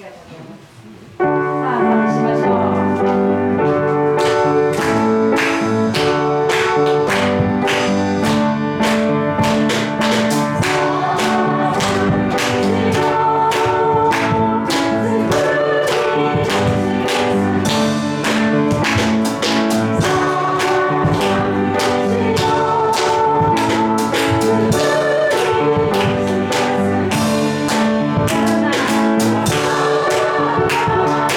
「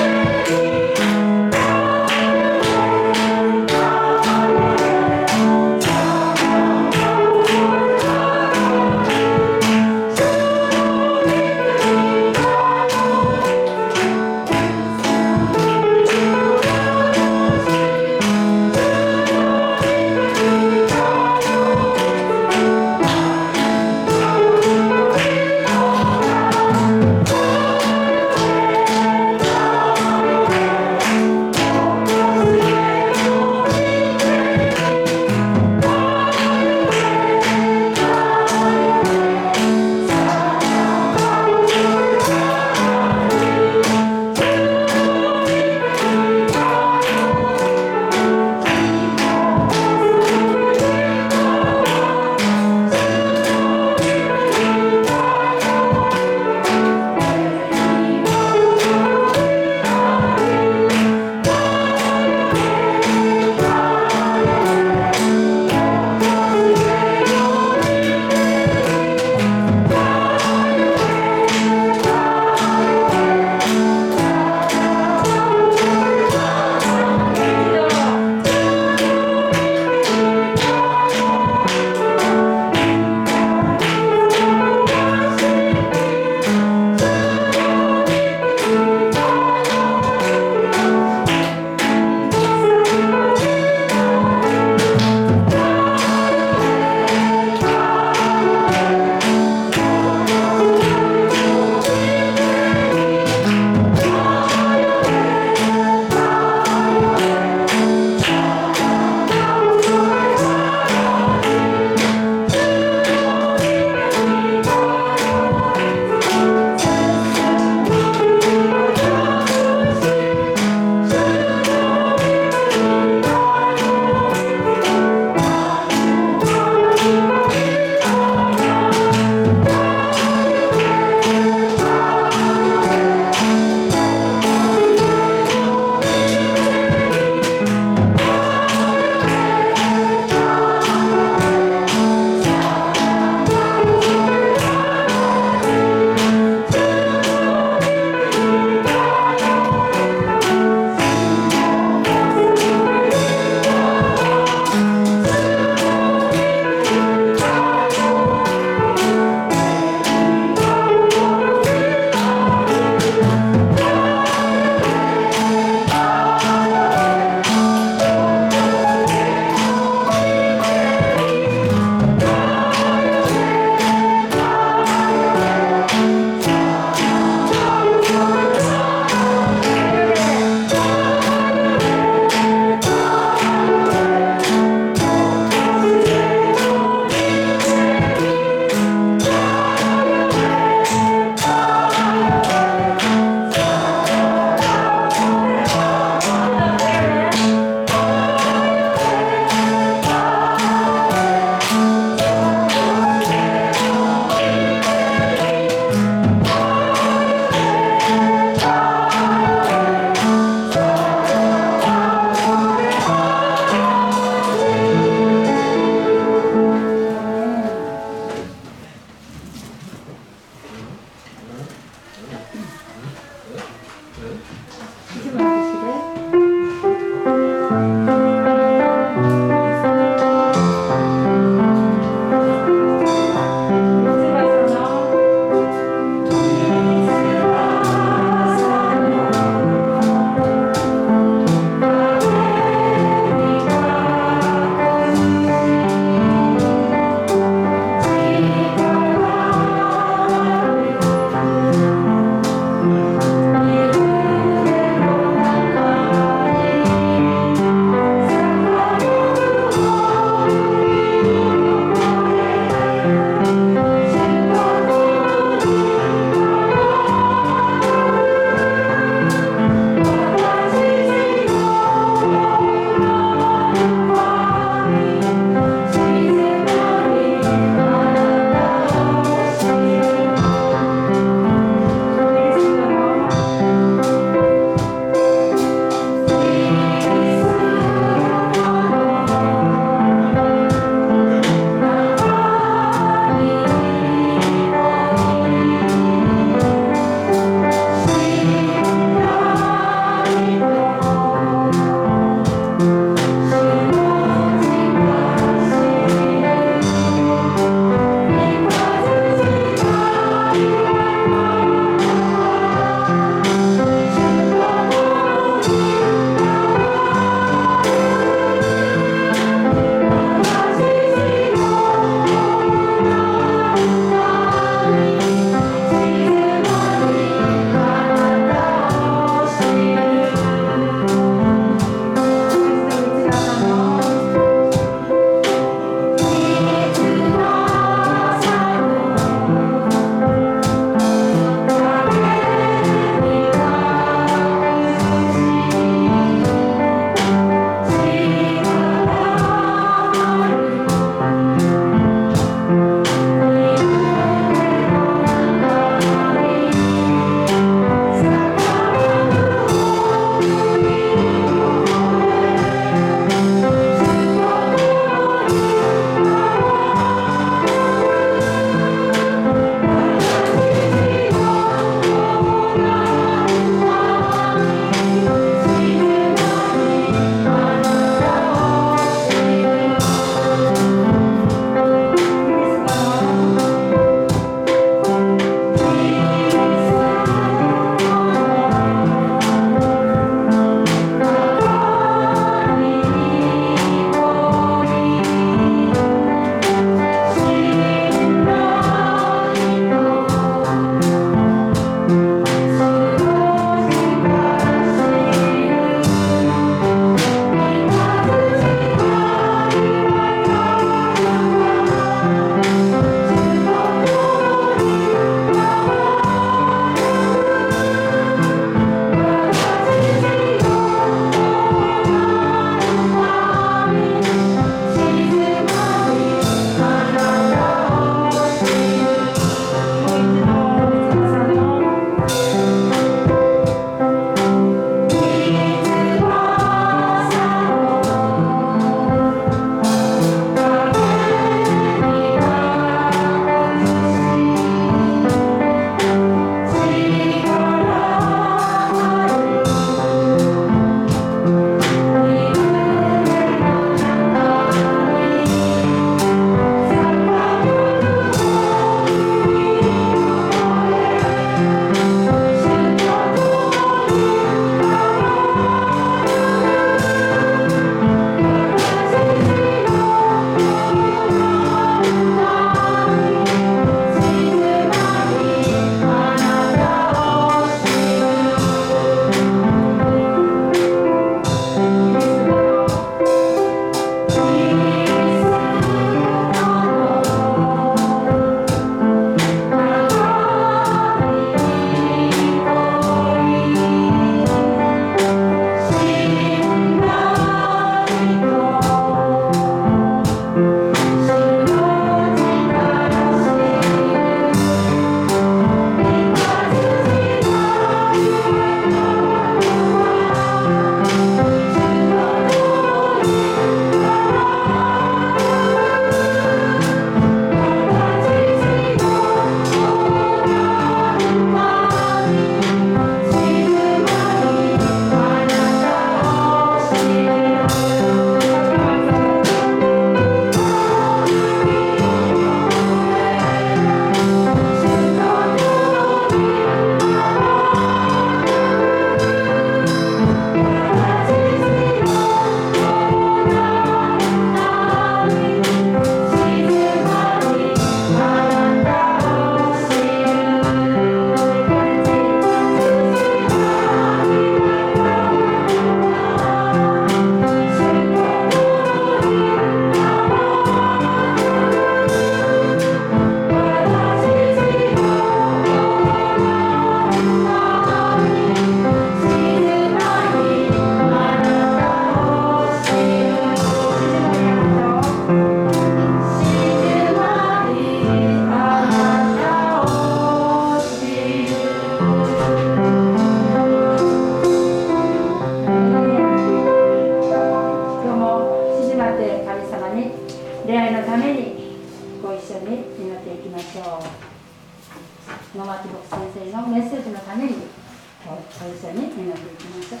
ご一緒に祈っていきましょう。野牧牧先生のメッセージのためにご一緒に祈っていきましょう。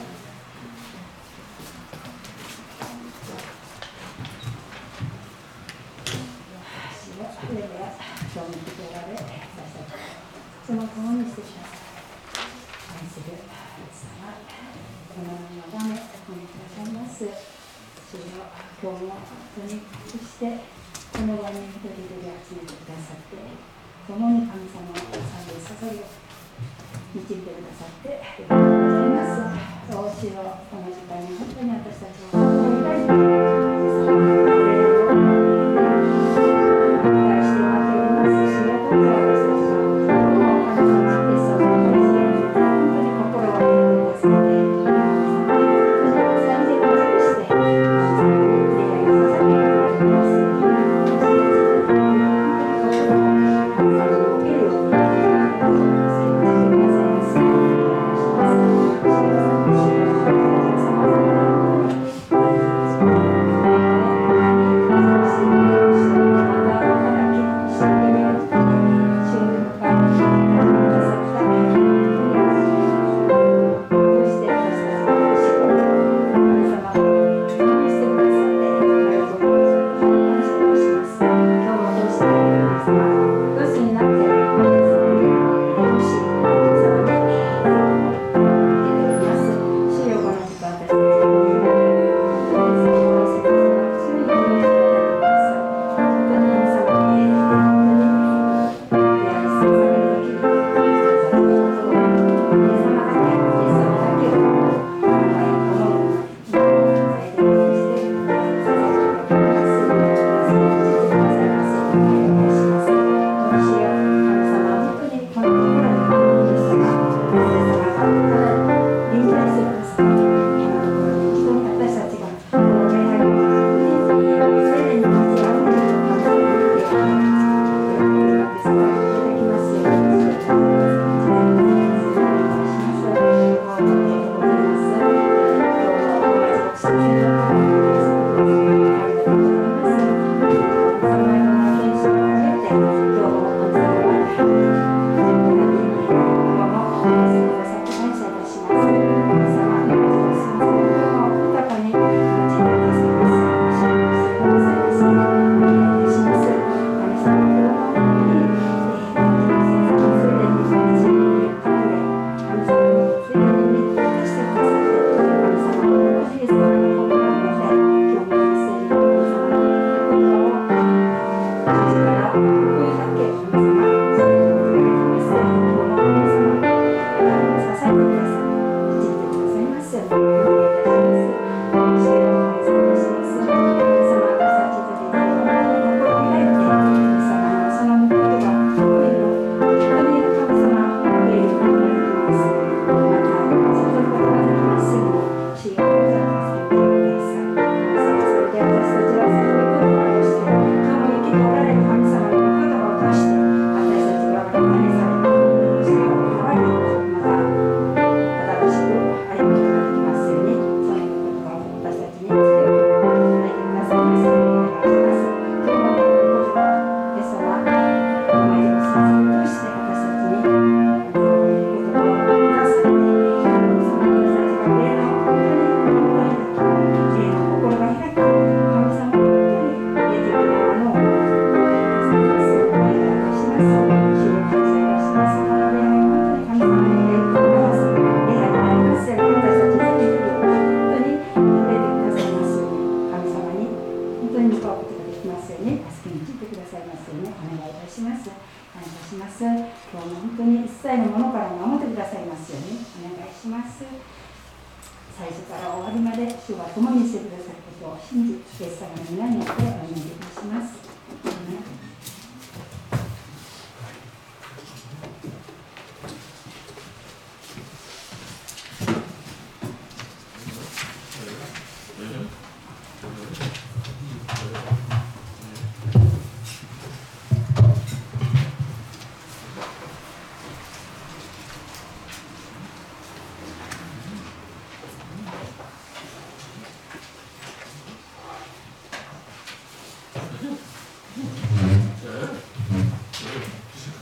今日の日からで私たちその共にしてください。愛する様、このような場面お願いくださいます。主よ、今日も本当にそしてこの場に一人一人集めてくださって共に神様を賛美捧げ導いてくださってありがとうございます。どうしよう、この時間に本当に私たちを心を開いて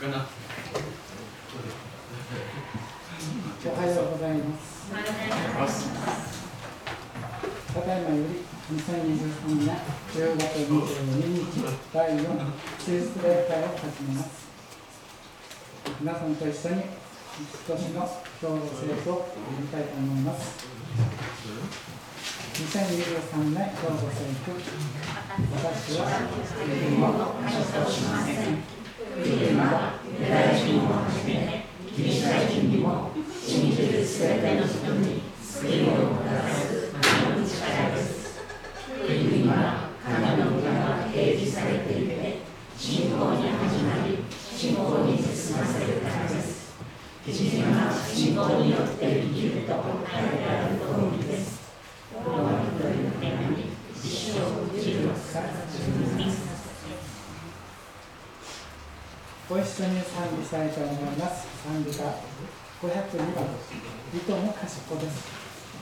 おはようございます。ただいまより2023年10月22日第4手術礼会を始めます。皆さんと一緒に今年の共同聖書を読みたいと思います。2023年共同聖句、私は恵みを感謝しません。恵みはユダヤ人をはじめギリシャ人にも信じるすべての人に救いをもたらす神の力です。恵みは神の御が掲示されていて、信仰に始まり信仰に進ませるからです。人は信仰によって生きると書いてある通りです。ローマ人への手紙1章16から12節。ご一緒に賛美したいと思います。賛美歌502番、糸の端っこです。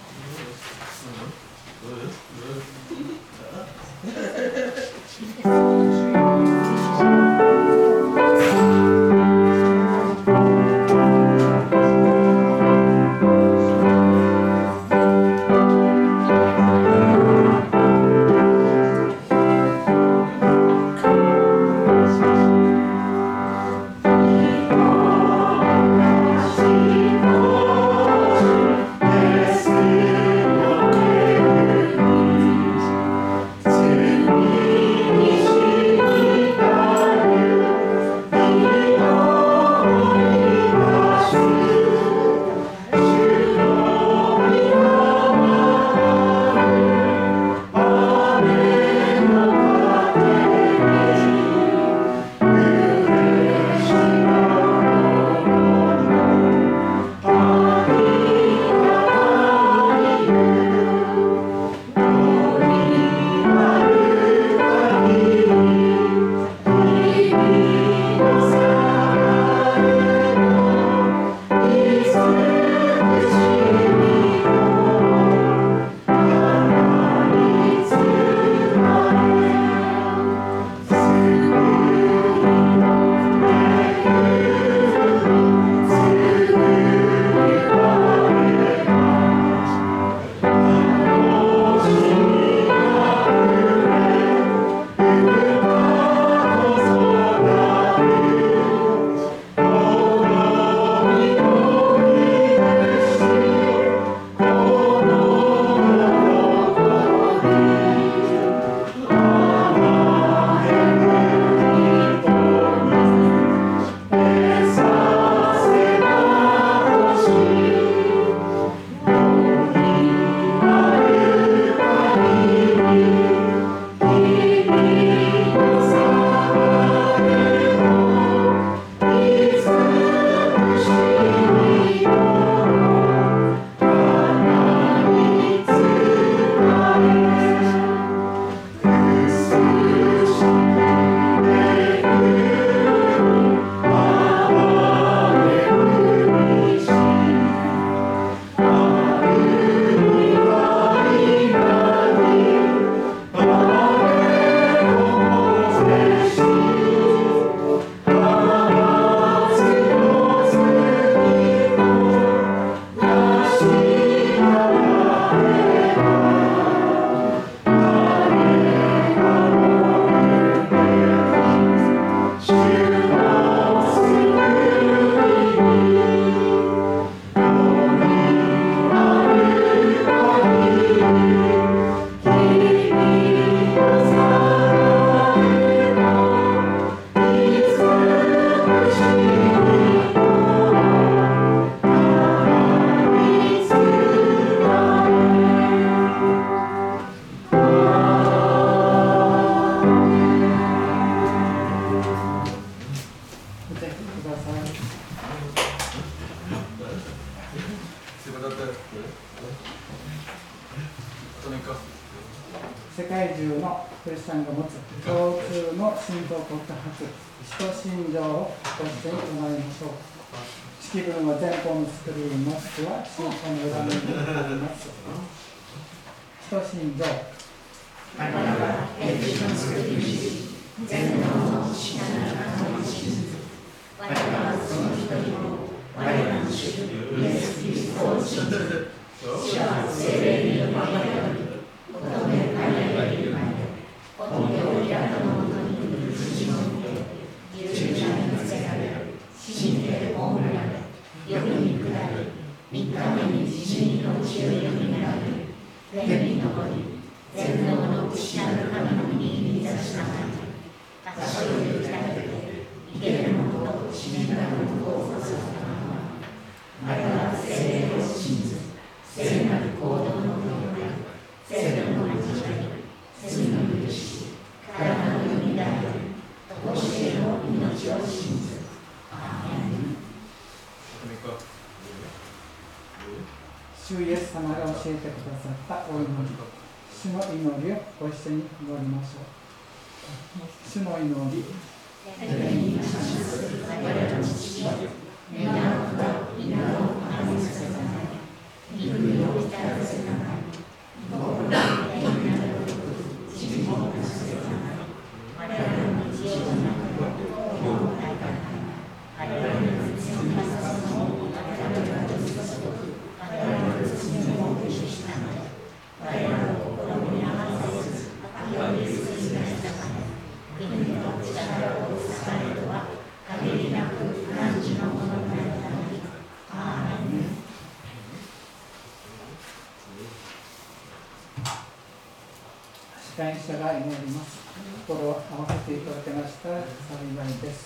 世界中のクリスチャンが持つ共通の信仰告発、使徒信条をご一緒に唱えましょう。式文は前方のスクリーンもしくは信仰の裏面にあります。使徒信条。あなたは歴史の作り主、全能の主なる神を信じ、私みなることをなさったまま、また聖霊を信ず、聖なる行動のような聖なるの交わり、罪の許し、体のよみがえり、としての命を信ず。アーメン。 主イエス様が教えてくださったお祈り、主の祈りをご一緒に祈りましょう。主の祈り、 天にいます我らの父よ、願うこと祈ろうあめさせたまえ、御国を来たらせたまえ、どこか天になること自分をなさせたまえ、我らの日常の中で今日もないから我々の罪をなさすのを我々が許すこと、我々の罪を許したまえ、我らの心に合わせず悪を許すなしたまえ、国の力を支えるは限りなく何時のものになるために。アーメン。 司会者が祈ります。心を合わせていただけましたら幸いです。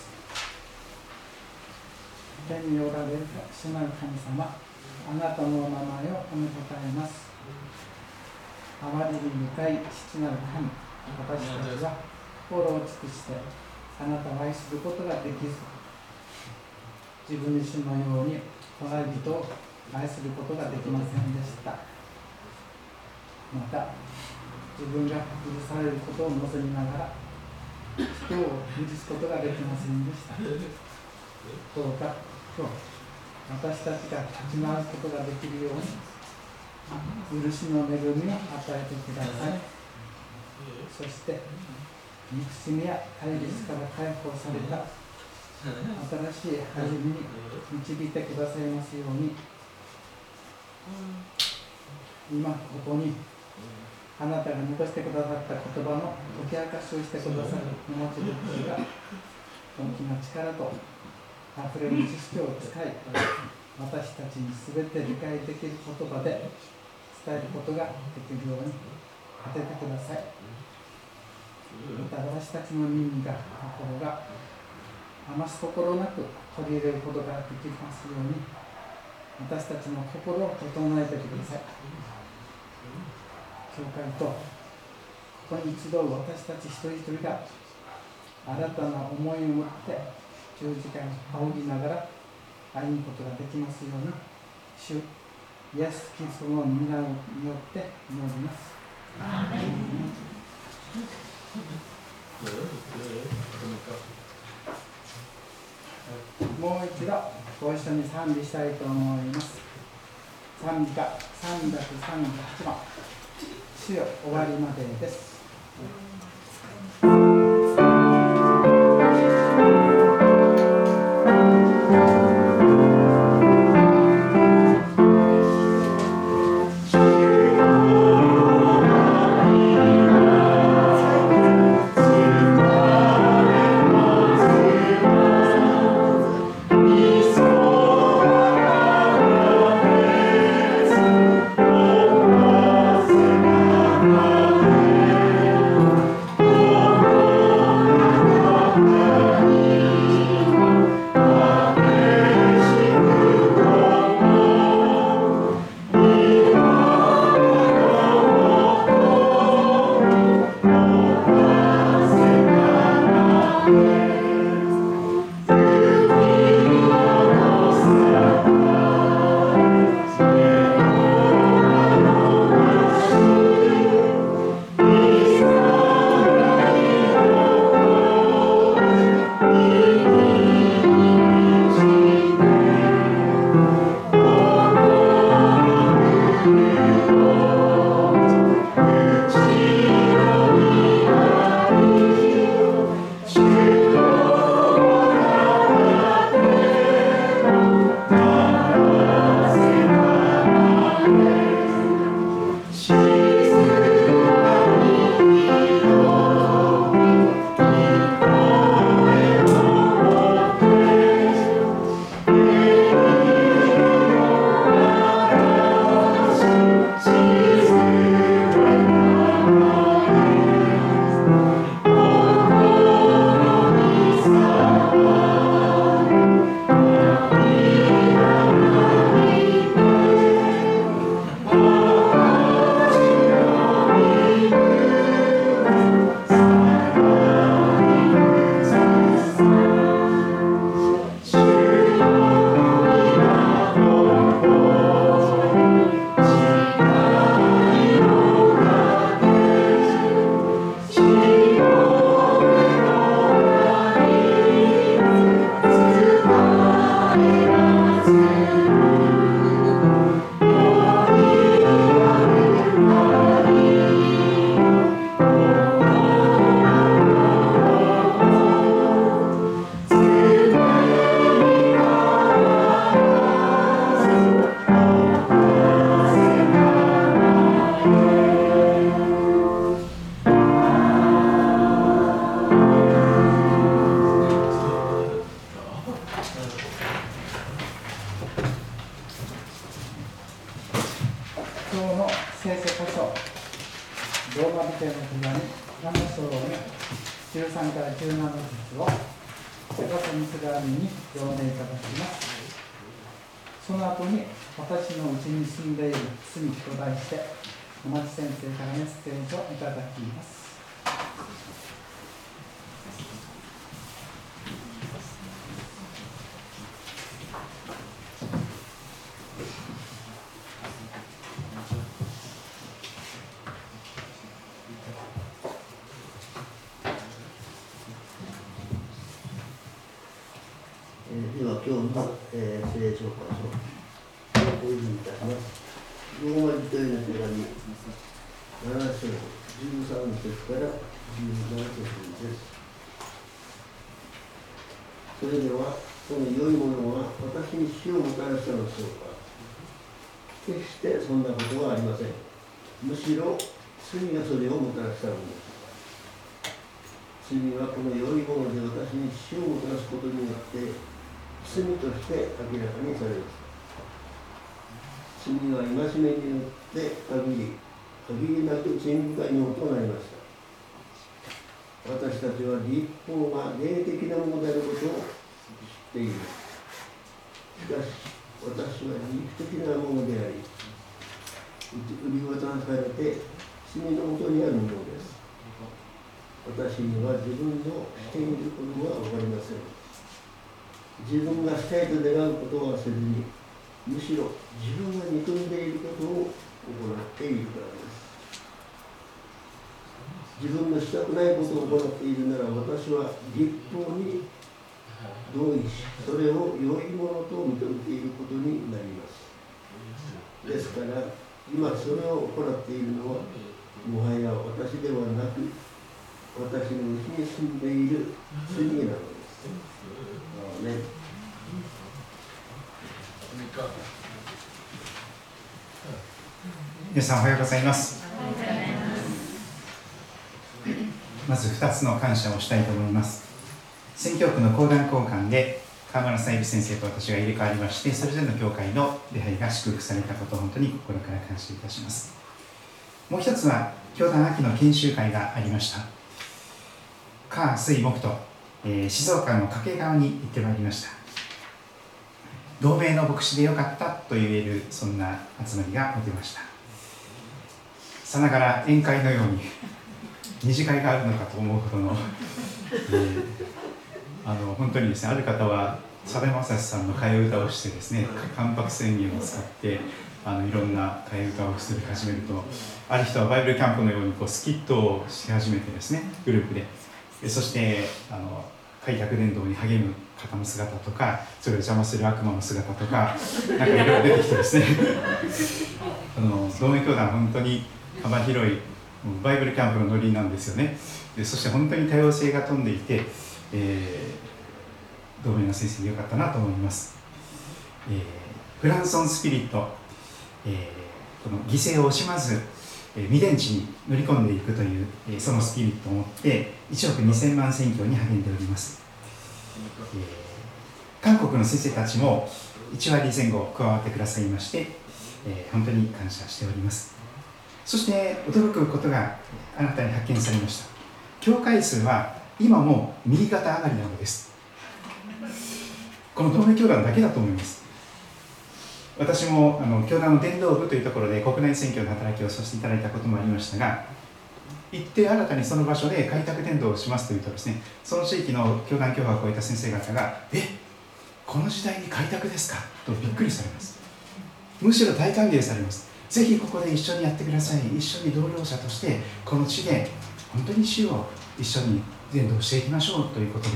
天におられる主なる神様、あなたのお名前を褒めたたえます。あまりに深い父なる神、私たちは心を尽くしてあなたを愛することができず、自分自身のように隣人を愛することができませんでした。また自分が許されることを望みながら人を許すことができませんでした。どうか今日私たちが立ち回ることができるように許しの恵みを与えてください。そして憎しみや対立から解放された新しい始めに導いてくださいますように、今ここにあなたが残してくださった言葉の解き明かしをしてくださるお持ちでこれが大きな力とあふれる知識を使い、私たちに全て理解できる言葉で伝えることができるように当ててください。また私たちの耳が心が余すところなく取り入れることができますように、私たちの心を整えてください。教会とここに集う私たち一人一人が新たな思いを持って十字架を仰ぎながら歩むことができますように、主イエス・キリストの皆によって祈ります。 アーメン。 もう一度ご一緒に賛美したいと思います。賛美歌338番、主よ終わりまでです。 主 3から17節を手元にする網に読んでいただきます。その後に私のうちに住んでいる罪と題して小松先生からメッセージをいただきます。 では今日の聖書箇所をお読みいたします。ローマ人への手紙7章13節から17節です。それではその良いものは私に死をもたらしたのでしょうか。決してそんなことはありません。むしろ罪がそれをもたらしたのです。罪はこの良いもので私に死をもたらすことによって罪として明らかにされます。罪は戒めによって限りなく罪深いものとなりました。私たちは立法が霊的なものであることを知っている。しかし私は肉的なものであり、売り渡されて罪のもとにあるものです。私には自分のしていることは分かりません。自分がしたいと願うことはせずに、むしろ自分が憎んでいることを行っているからです。自分のしたくないことを行っているなら、私は立法に同意し、それを良いものと認めていることになります。ですから、今それを行っているのは、もはや私ではなく、私のうちに住んでいる罪なのです。ね、 皆さんおはようございます。まず2つの感謝をしたいと思います。宣教区の講談交換で川村さゆり先生と私が入れ替わりまして、それぞれの教会の礼拝が祝福されたことを本当に心から感謝いたします。もう一つは教団秋の研修会がありました。火水木と、静岡の掛川に行ってまいりました。同盟の牧師でよかったと言える、そんな集まりが持てました。さながら宴会のように二次会があるのかと思うほどの、本当にですね、ある方は佐部正史さんの替え歌をしてですね、関白宣言を使っていろんな替え歌をする始めると、ある人はバイブルキャンプのようにスキットをし始めてですね、グループで、そして開拓伝道に励む方の姿とか、それを邪魔する悪魔の姿とか、なんかいろいろ出てきてですね同盟教団は本当に幅広いバイブルキャンプのノリなんですよね。でそして本当に多様性が飛んでいて、同盟の先生でよかったなと思います。フランソンスピリット、この犠牲を惜しまず未伝地に乗り込んでいくという、そのスピリットを持って1億2000万宣教に励んでおります。韓国の先生たちも1割前後加わってくださいまして、本当に感謝しております。そして驚くことが新たに発見されました。教会数は今も右肩上がりなのです。この同盟教団だけだと思います。私も教団の伝道部というところで国内宣教の働きをさせていただいたこともありましたが、行って新たにその場所で開拓伝道をしますというとですね、その地域の教団教派を超えた先生方がこの時代に開拓ですかとびっくりされます。むしろ大歓迎されます。ぜひここで一緒にやってください。一緒に同僚者としてこの地で本当に主を一緒に伝道していきましょうということで、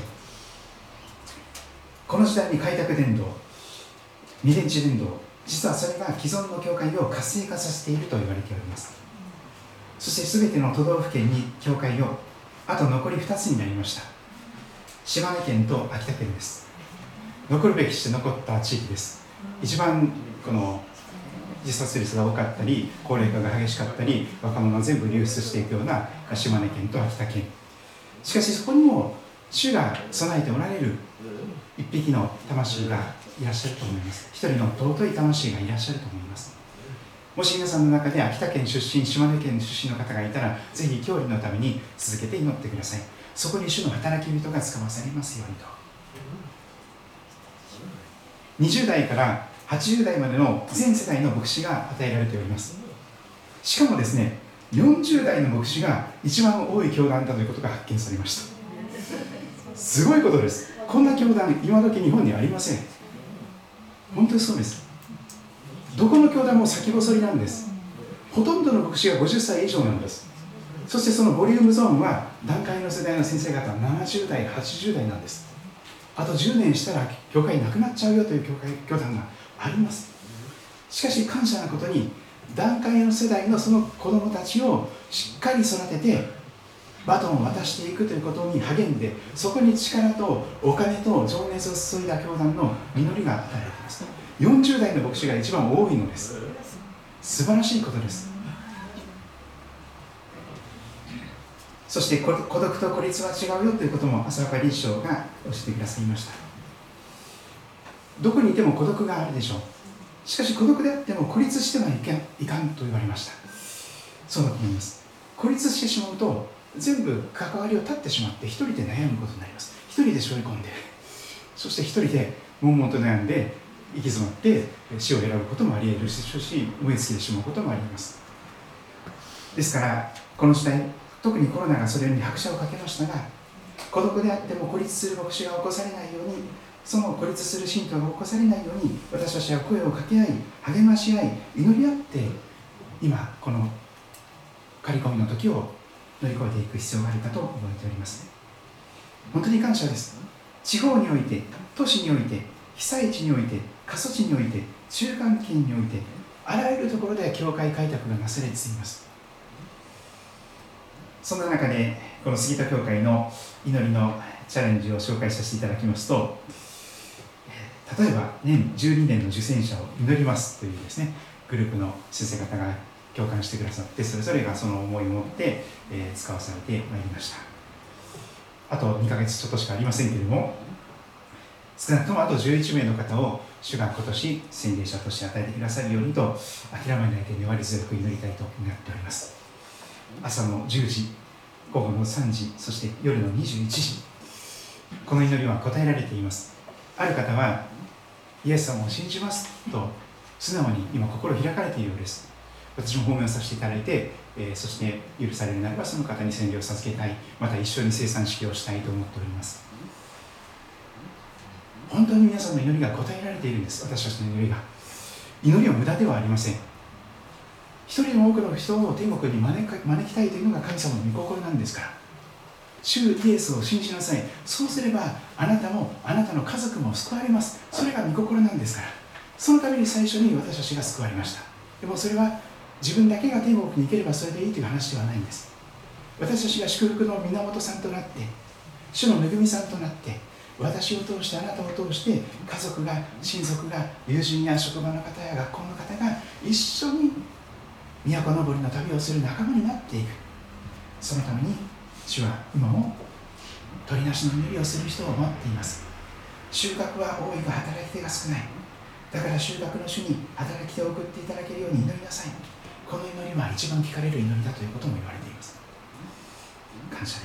この時代に開拓伝道、未伝地伝道、実はそれが既存の教会を活性化させていると言われております。そして全ての都道府県に教会をあと残り2つになりました。島根県と秋田県です。残るべきして残った地域です。一番この自殺率が多かったり、高齢化が激しかったり、若者が全部流出していくような島根県と秋田県。しかしそこにも主が備えておられる一匹の魂がいらっしゃると思います。一人の尊い魂がいらっしゃると思います。もし皆さんの中で秋田県出身、島根県出身の方がいたら、ぜひ教理のために続けて祈ってください。 そこに主の働き人が使わされますようにと。20代から80代までの全世代の牧師が与えられております。しかもですね、40代の牧師が一番多い教団だということが発見されました。すごいことです。こんな教団、今時日本にありません。本当にそうです。どこの教団も先細りなんです。ほとんどの牧師が50歳以上なんです。そしてそのボリュームゾーンは団塊の世代の先生方は70代、80代なんです。あと10年したら教会なくなっちゃうよという教団があります。しかし感謝なことに、団塊の世代のその子供たちをしっかり育ててバトンを渡していくということに励んで、そこに力とお金と情熱を注いだ教団の実りが与えられています。40代の牧師が一番多いのです。素晴らしいことです。そして孤独と孤立は違うよということも浅岡理事長が教えてくださいました。どこにいても孤独があるでしょう。しかし孤独であっても孤立してはいかんと言われました。そうだと思います。孤立してしまうと全部関わりを断ってしまって一人で悩むことになります。一人で背負い込んで、そして一人で悶々と悩んで行き詰まって死を選ぶこともあり得るし、燃え尽きてしまうこともあります。ですからこの時代、特にコロナがそれに拍車をかけましたが、孤独であっても孤立する牧師が起こされないように、その孤立する信徒が起こされないように、私たちは声を掛け合い、励まし合い、祈り合って、今この刈り込みの時を乗り越えていく必要があるかと思っております。本当に感謝です。地方において、都市において、被災地において、過疎地において、中間圏において、あらゆるところで教会開拓がなされています。そんな中でこの杉田教会の祈りのチャレンジを紹介させていただきますと、例えば年12年の受選者を祈りますというですね、グループの先生方が共感してくださって、それぞれがその思いを持って、使わされてまいりました。あと2ヶ月ちょっとしかありませんけれども、少なくともあと11名の方を主が今年洗礼者として与えてくださるようにと、諦めないで粘り強く祈りたいと願っております。朝の10時、午後の3時、そして夜の21時、この祈りは答えられています。ある方はイエス様を信じますと素直に今心開かれているようです。私も訪問させていただいて、そして許されるならばその方に洗礼を授けたい、また一緒に生産式をしたいと思っております。本当に皆さんの祈りが答えられているんです。私たちの祈りは無駄ではありません。一人でも多くの人を天国に招きたいというのが神様の御心なんですから、主イエスを信じなさい。そうすればあなたもあなたの家族も救われます。それが御心なんですから。そのために最初に私たちが救われました。でもそれは自分だけが天国に行ければそれでいいという話ではないんです。私たちが祝福の源さんとなって、主の恵みさんとなって、私を通してあなたを通して家族が、親族が、友人や職場の方や学校の方が一緒に都登りの旅をする仲間になっていく。そのために主は今も取りなしの祈りをする人を待っています。収穫は多いが働き手が少ない。だから収穫の主に働き手を送っていただけるように祈りなさい。この祈りは一番聞かれる祈りだということも言われています。感謝です。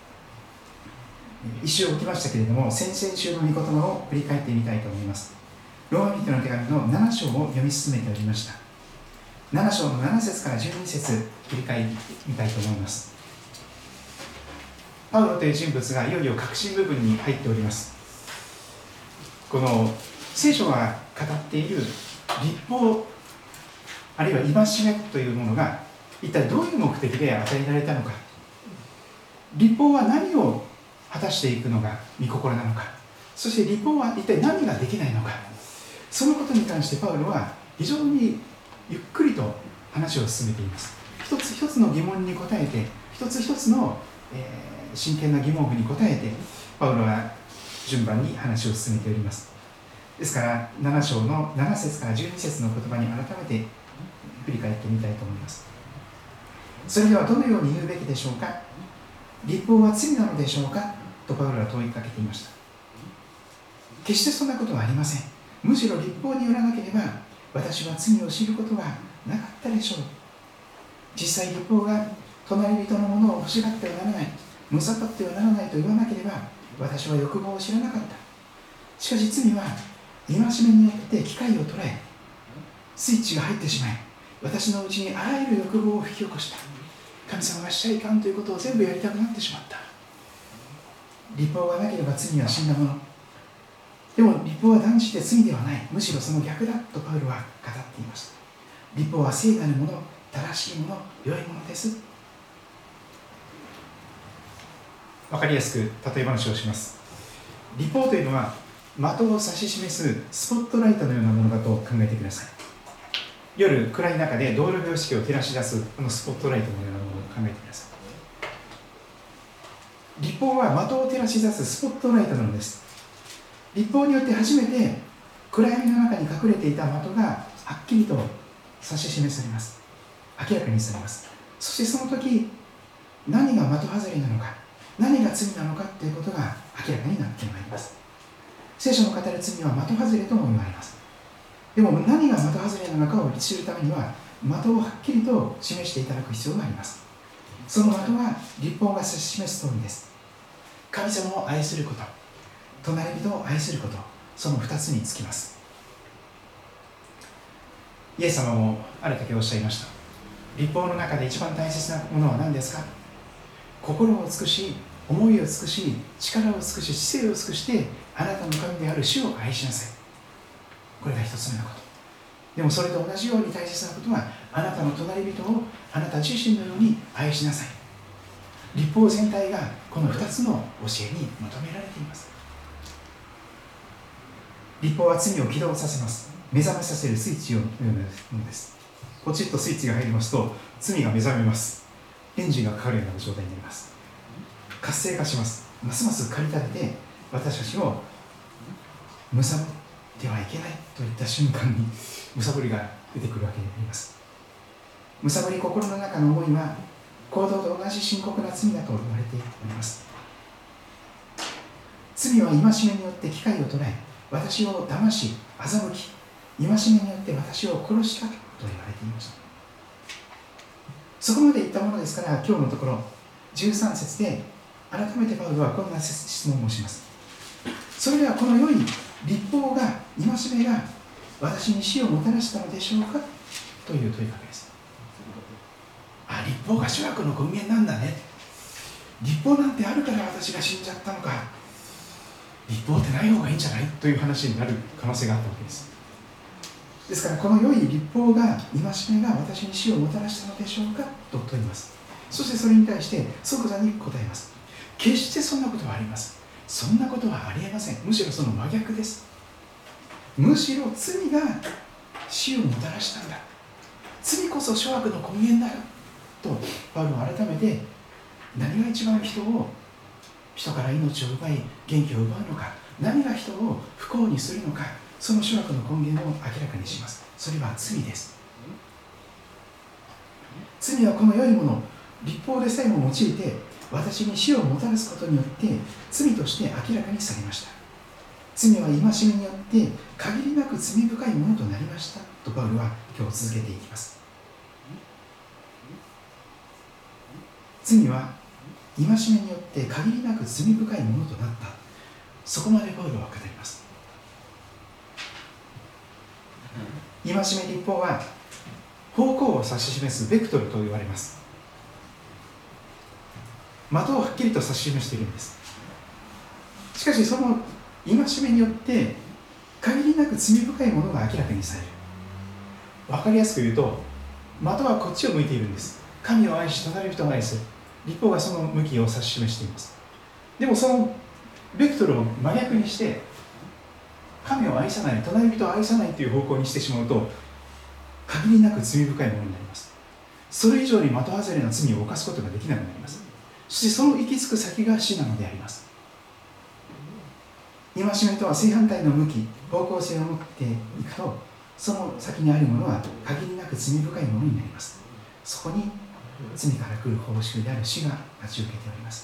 一周起きましたけれども、先々週の御言葉を振り返ってみたいと思います。ローマ人の手紙の7章を読み進めておりました。7章の7節から12節振り返りみたいと思います。パウロという人物がいよいよ核心部分に入っております。この聖書が語っている律法、あるいは戒めというものが一体どういう目的で与えられたのか、律法は何を果たしていくのが御心なのか、そして律法は一体何ができないのか、そのことに関してパウロは非常にゆっくりと話を進めています。一つ一つの疑問に答えて、一つ一つの、真剣な疑問符に答えて、パウロは順番に話を進めております。ですから7章の7節から12節の言葉に改めて振り返ってみたいと思います。それではどのように言うべきでしょうか。律法は罪なのでしょうかとパウロは問いかけていました。決してそんなことはありません。むしろ律法によらなければ私は罪を知ることはなかったでしょう。実際律法が隣人のものを欲しがってはならない、 むさばってはならないと言わなければ、私は欲望を知らなかった。しかし罪は戒めによって機会を捉え、スイッチが入ってしまい、私のうちにあらゆる欲望を引き起こした。神様がしちゃいかんということを全部やりたくなってしまった。律法がなければ罪は死んだもの。でも律法は断じて罪ではない。むしろその逆だとパウロは語っていました。律法は聖なるもの、正しいもの、良いものです。わかりやすく例え話をします。律法というのは的を指し示すスポットライトのようなものだと考えてください。夜暗い中で道路標識を照らし出すこのスポットライトのようなものを考えてください。律法は的を照らし出すスポットライトなのです。律法によって初めて暗闇の中に隠れていた的がはっきりと指し示されます。明らかにされます。そしてその時、何が的外れなのか、何が罪なのかということが明らかになってまいります。聖書の語る罪は的外れとも言われます。でも何が的外れなのかを知るためには、的をはっきりと示していただく必要があります。その的は律法が指し示す通りです。神様を愛すること、隣人を愛すること、その2つにつきます。イエス様もある時おっしゃいました。律法の中で一番大切なものは何ですか？心を尽くし、思いを尽くし、力を尽くし、知性を尽くしてあなたの神である主を愛しなさい。これが1つ目のこと。でもそれと同じように大切なことは、あなたの隣人をあなた自身のように愛しなさい。律法全体がこの2つの教えに求められています。律法は罪を起動させます。目覚めさせるスイッチのようなものです。ポチッとスイッチが入りますと、罪が目覚めます。エンジンがかかるような状態になります。活性化します。ますます駆り立てて、私たちを貪ってはいけないといった瞬間に貪りが出てくるわけになります。貪り心の中の思いは行動と同じ深刻な罪だと言われております。罪は戒めによって機会を捉え、私を騙し欺き、戒めによって私を殺したと言われていました。そこまで言ったものですから、今日のところ13節で改めてパウロはこんな質問をします。それではこの良い律法が、戒めが私に死をもたらしたのでしょうかという問いかけです。あ、律法が諸悪の根源なんだね。律法なんてあるから私が死んじゃったのか。律法ってない方がいいんじゃないという話になる可能性があったわけです。ですからこの良い律法が、戒めが私に死をもたらしたのでしょうかと問います。そしてそれに対して即座に答えます。決してそんなことはあります。そんなことはありえません。むしろその真逆です。むしろ罪が死をもたらしたんだ。罪こそ諸悪の根源だよとパウロは改めて、何が一番人から命を奪い元気を奪うのか、何が人を不幸にするのか、その諸悪の根源を明らかにします。それは罪です。罪はこの良いもの、律法でさえも用いて私に死をもたらすことによって罪として明らかにされました。罪は戒めによって限りなく罪深いものとなりましたとパウロは今日続けていきます。罪は戒めによって限りなく罪深いものとなった。そこまでパウロは語ります。戒め律法は方向を指し示すベクトルと言われます。的をはっきりと指し示しているんです。しかしその戒めによって限りなく罪深いものが明らかにされる。分かりやすく言うと、的はこっちを向いているんです。神を愛し隣人を愛する。律法がその向きを指し示しています。でもそのベクトルを真逆にして神を愛さない、隣人を愛さないという方向にしてしまうと、限りなく罪深いものになります。それ以上に的外れな罪を犯すことができなくなります。そしてその行き着く先が死なのであります。戒めとは正反対の向き、方向性を持っていくと、その先にあるものは限りなく罪深いものになります。そこに罪から来る報酬である死が待ち受けております。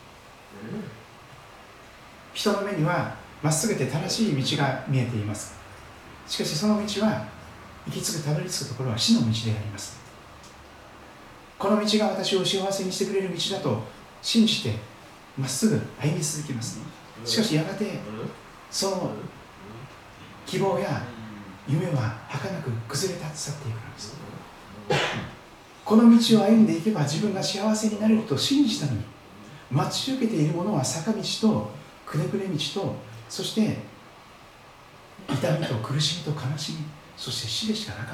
人の目にはまっすぐで正しい道が見えています。しかしその道は行き着くたどり着くところは死の道であります。この道が私を幸せにしてくれる道だと信じてまっすぐ歩み続けます。しかしやがてその希望や夢は儚く崩れ立ち去っていくのです。この道を歩んでいけば自分が幸せになれると信じたのに、待ち受けているものは坂道とくねくね道と、そして痛みと苦しみと悲しみ、そして死でしかなかった。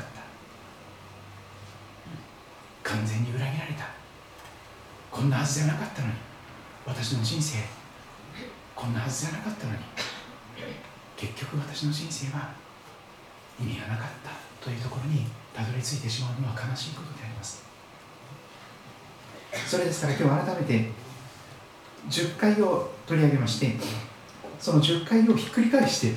完全に裏切られた。こんなはずじゃなかったのに、私の人生こんなはずじゃなかったのに、結局私の人生は意味がなかったというところにたどり着いてしまうのは悲しいことであります。それですから今日改めて10回を取り上げまして、その10回をひっくり返して、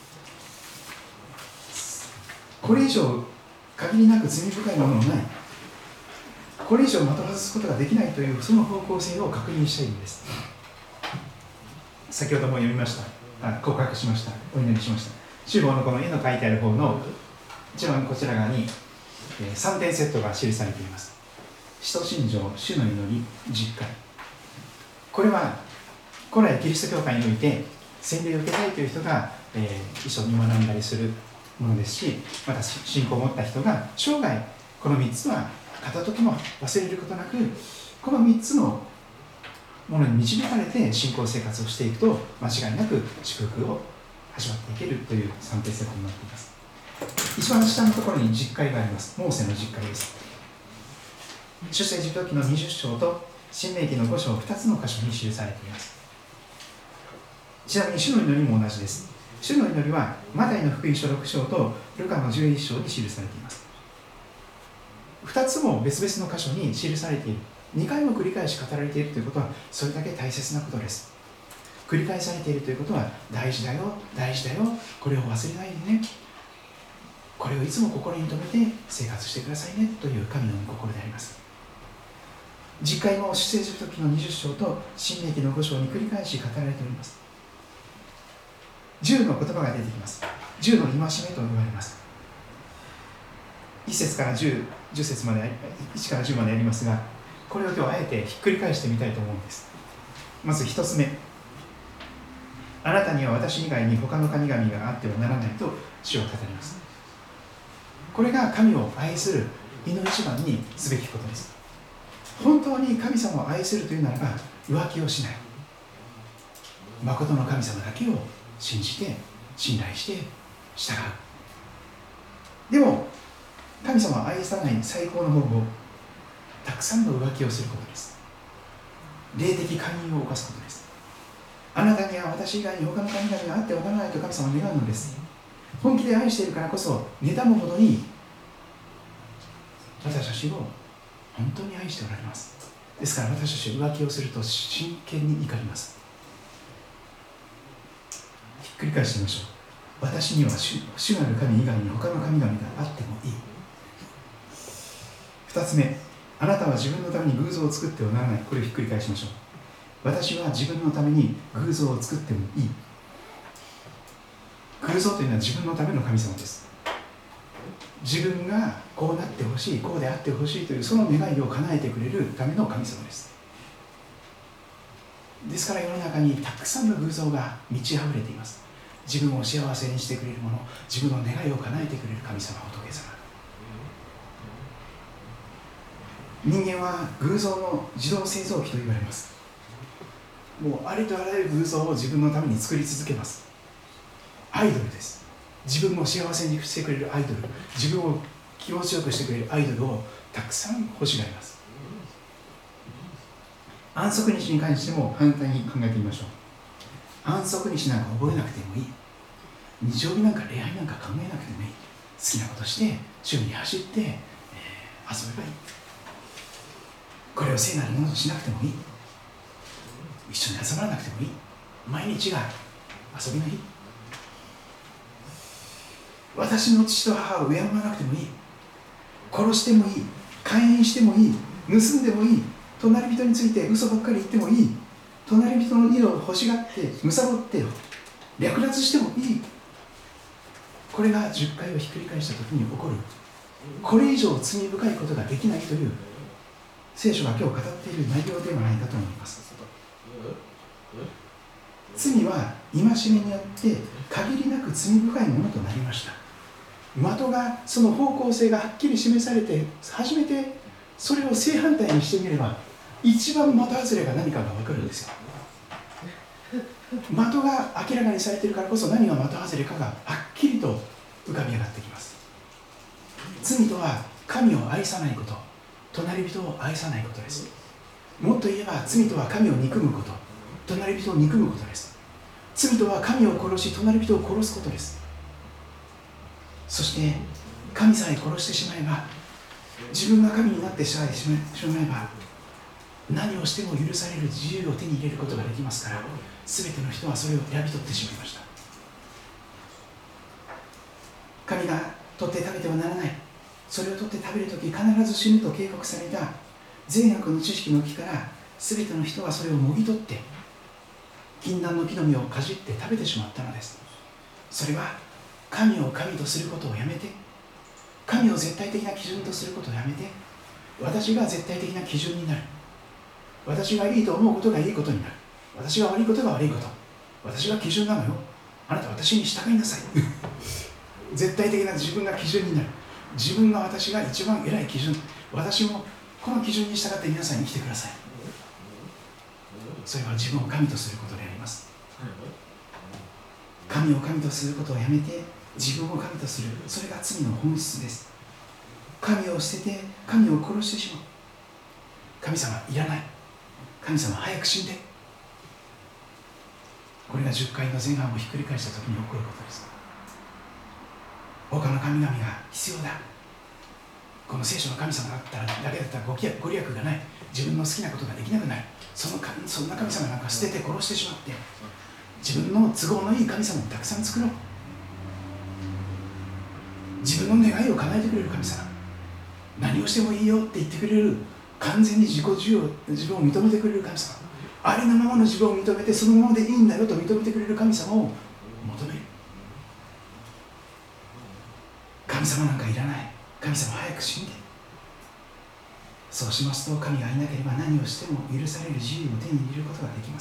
これ以上限りなく罪深いものはない、これ以上的外すことができないというその方向性を確認したいんです。先ほども読みました、告白しました、お祈りしました。主語のこの絵の描いてある方の一番こちら側に3点セットが記されています。使徒信条、主の祈り、10回。これは古来キリスト教会において洗礼を受けたいという人が、一緒に学んだりするものですし、また信仰を持った人が生涯この3つは片時も忘れることなく、この3つのものに導かれて信仰生活をしていくと間違いなく祝福を始まっていけるという3点セットになっています。一番下のところに10回があります。モーセの10回です。出エジプト記の20章と申命記の5章、2つの箇所に記されています。ちなみに主の祈りも同じです。主の祈りはマタイの福音書6章とルカの11章に記されています。2つも別々の箇所に記されている。2回も繰り返し語られているということはそれだけ大切なことです。繰り返されているということは大事だよ、大事だよ、これを忘れないでね、これをいつも心に留めて生活してくださいねという神の御心であります。実会も出エジプト記の20章と申命記の5章に繰り返し語られております。10の言葉が出てきます。10の戒めと言われます。1節から10節まで、1から10までありますが、これを今日あえてひっくり返してみたいと思うんです。まず1つ目、あなたには私以外に他の神々があってはならないと主は語ります。これが神を愛する意の一番にすべきことです。本当に神様を愛するというならば浮気をしない、誠の神様だけを信じて信頼して従う。でも神様を愛さない最高の方法、たくさんの浮気をすることです。霊的勧誘を犯すことです。あなたには私以外に他の神々があってはならないと神様は願うのです。本気で愛しているからこそ妬むほどに私たちを本当に愛しておられます。ですから私たち浮気をすると真剣に怒ります。ひっくり返してみましょう。私には主なる神以外に他の神々があってもいい。2つ目、あなたは自分のために偶像を作ってはならない。これをひっくり返しましょう。私は自分のために偶像を作ってもいい。偶像というのは自分のための神様です。自分がこうなってほしい、こうであってほしいというその願いを叶えてくれるための神様です。ですから世の中にたくさんの偶像が満ち溢れています。自分を幸せにしてくれるもの、自分の願いを叶えてくれる神様、仏様。人間は偶像の自動製造機と言われます。もうありとあらゆる偶像を自分のために作り続けます。アイドルです。自分を幸せにしてくれるアイドル、自分を気持ちよくしてくれるアイドルをたくさん欲しがります。安息日に関しても反対に考えてみましょう。安息日なんか覚えなくてもいい。日曜日なんか恋愛なんか考えなくてもいい。好きなことして趣味に走って、遊べばいい。これを聖なるものとしなくてもいい。一緒に集まらなくてもいい。毎日が遊びの日。私の父と母を敬わなくてもいい。殺してもいい。姦淫してもいい。盗んでもいい。隣人について嘘ばっかり言ってもいい。隣人の色を欲しがって貪って略奪してもいい。これが10回をひっくり返した時に起こる、これ以上罪深いことができないという聖書が今日語っている内容ではないかと思います。罪は戒めによって限りなく罪深いものとなりました。的がその方向性がはっきり示されて初めてそれを正反対にしてみれば一番的外れが何かが分かるんですよ。的が明らかにされているからこそ何が的外れかがはっきりと浮かび上がってきます。罪とは神を愛さないこと、隣人を愛さないことです。もっと言えば罪とは神を憎むこと、隣人を憎むことです。罪とは神を殺し隣人を殺すことです。そして神さえ殺してしまえば、自分が神になってしまえば何をしても許される自由を手に入れることができますから、全ての人はそれを選び取ってしまいました。神が取って食べてはならない、それを取って食べるとき必ず死ぬと警告された善悪の知識の木から全ての人はそれをもぎ取って禁断の木の実をかじって食べてしまったのです。それは神を神とすることをやめて、神を絶対的な基準とすることをやめて、私が絶対的な基準になる、私がいいと思うことがいいことになる、私が悪いことが悪いこと、私が基準なのよ、あなた私に従いなさい絶対的な自分が基準になる、自分が私が一番偉い基準、私もこの基準に従って皆さんに生きてください。それは自分を神とすることであります。神を神とすることをやめて自分を神とする、それが罪の本質です。神を捨てて神を殺してしまう。神様いらない、神様早く死んで、これが10回の前半をひっくり返した時に起こることです。他の神々が必要だ、この聖書の神様だけだったらご利益がない、自分の好きなことができなくなる、そんな神様なんか捨てて殺してしまって、自分の都合のいい神様をたくさん作ろう、自分の願いを叶えてくれる神様、何をしてもいいよって言ってくれる、完全に自分を認めてくれる神様、ありのままの自分を認めてそのままでいいんだよと認めてくれる神様を求める。神様なんかいらない、神様早く死んで、そうしますと神がいなければ何をしても許される自由を手に入れることができます。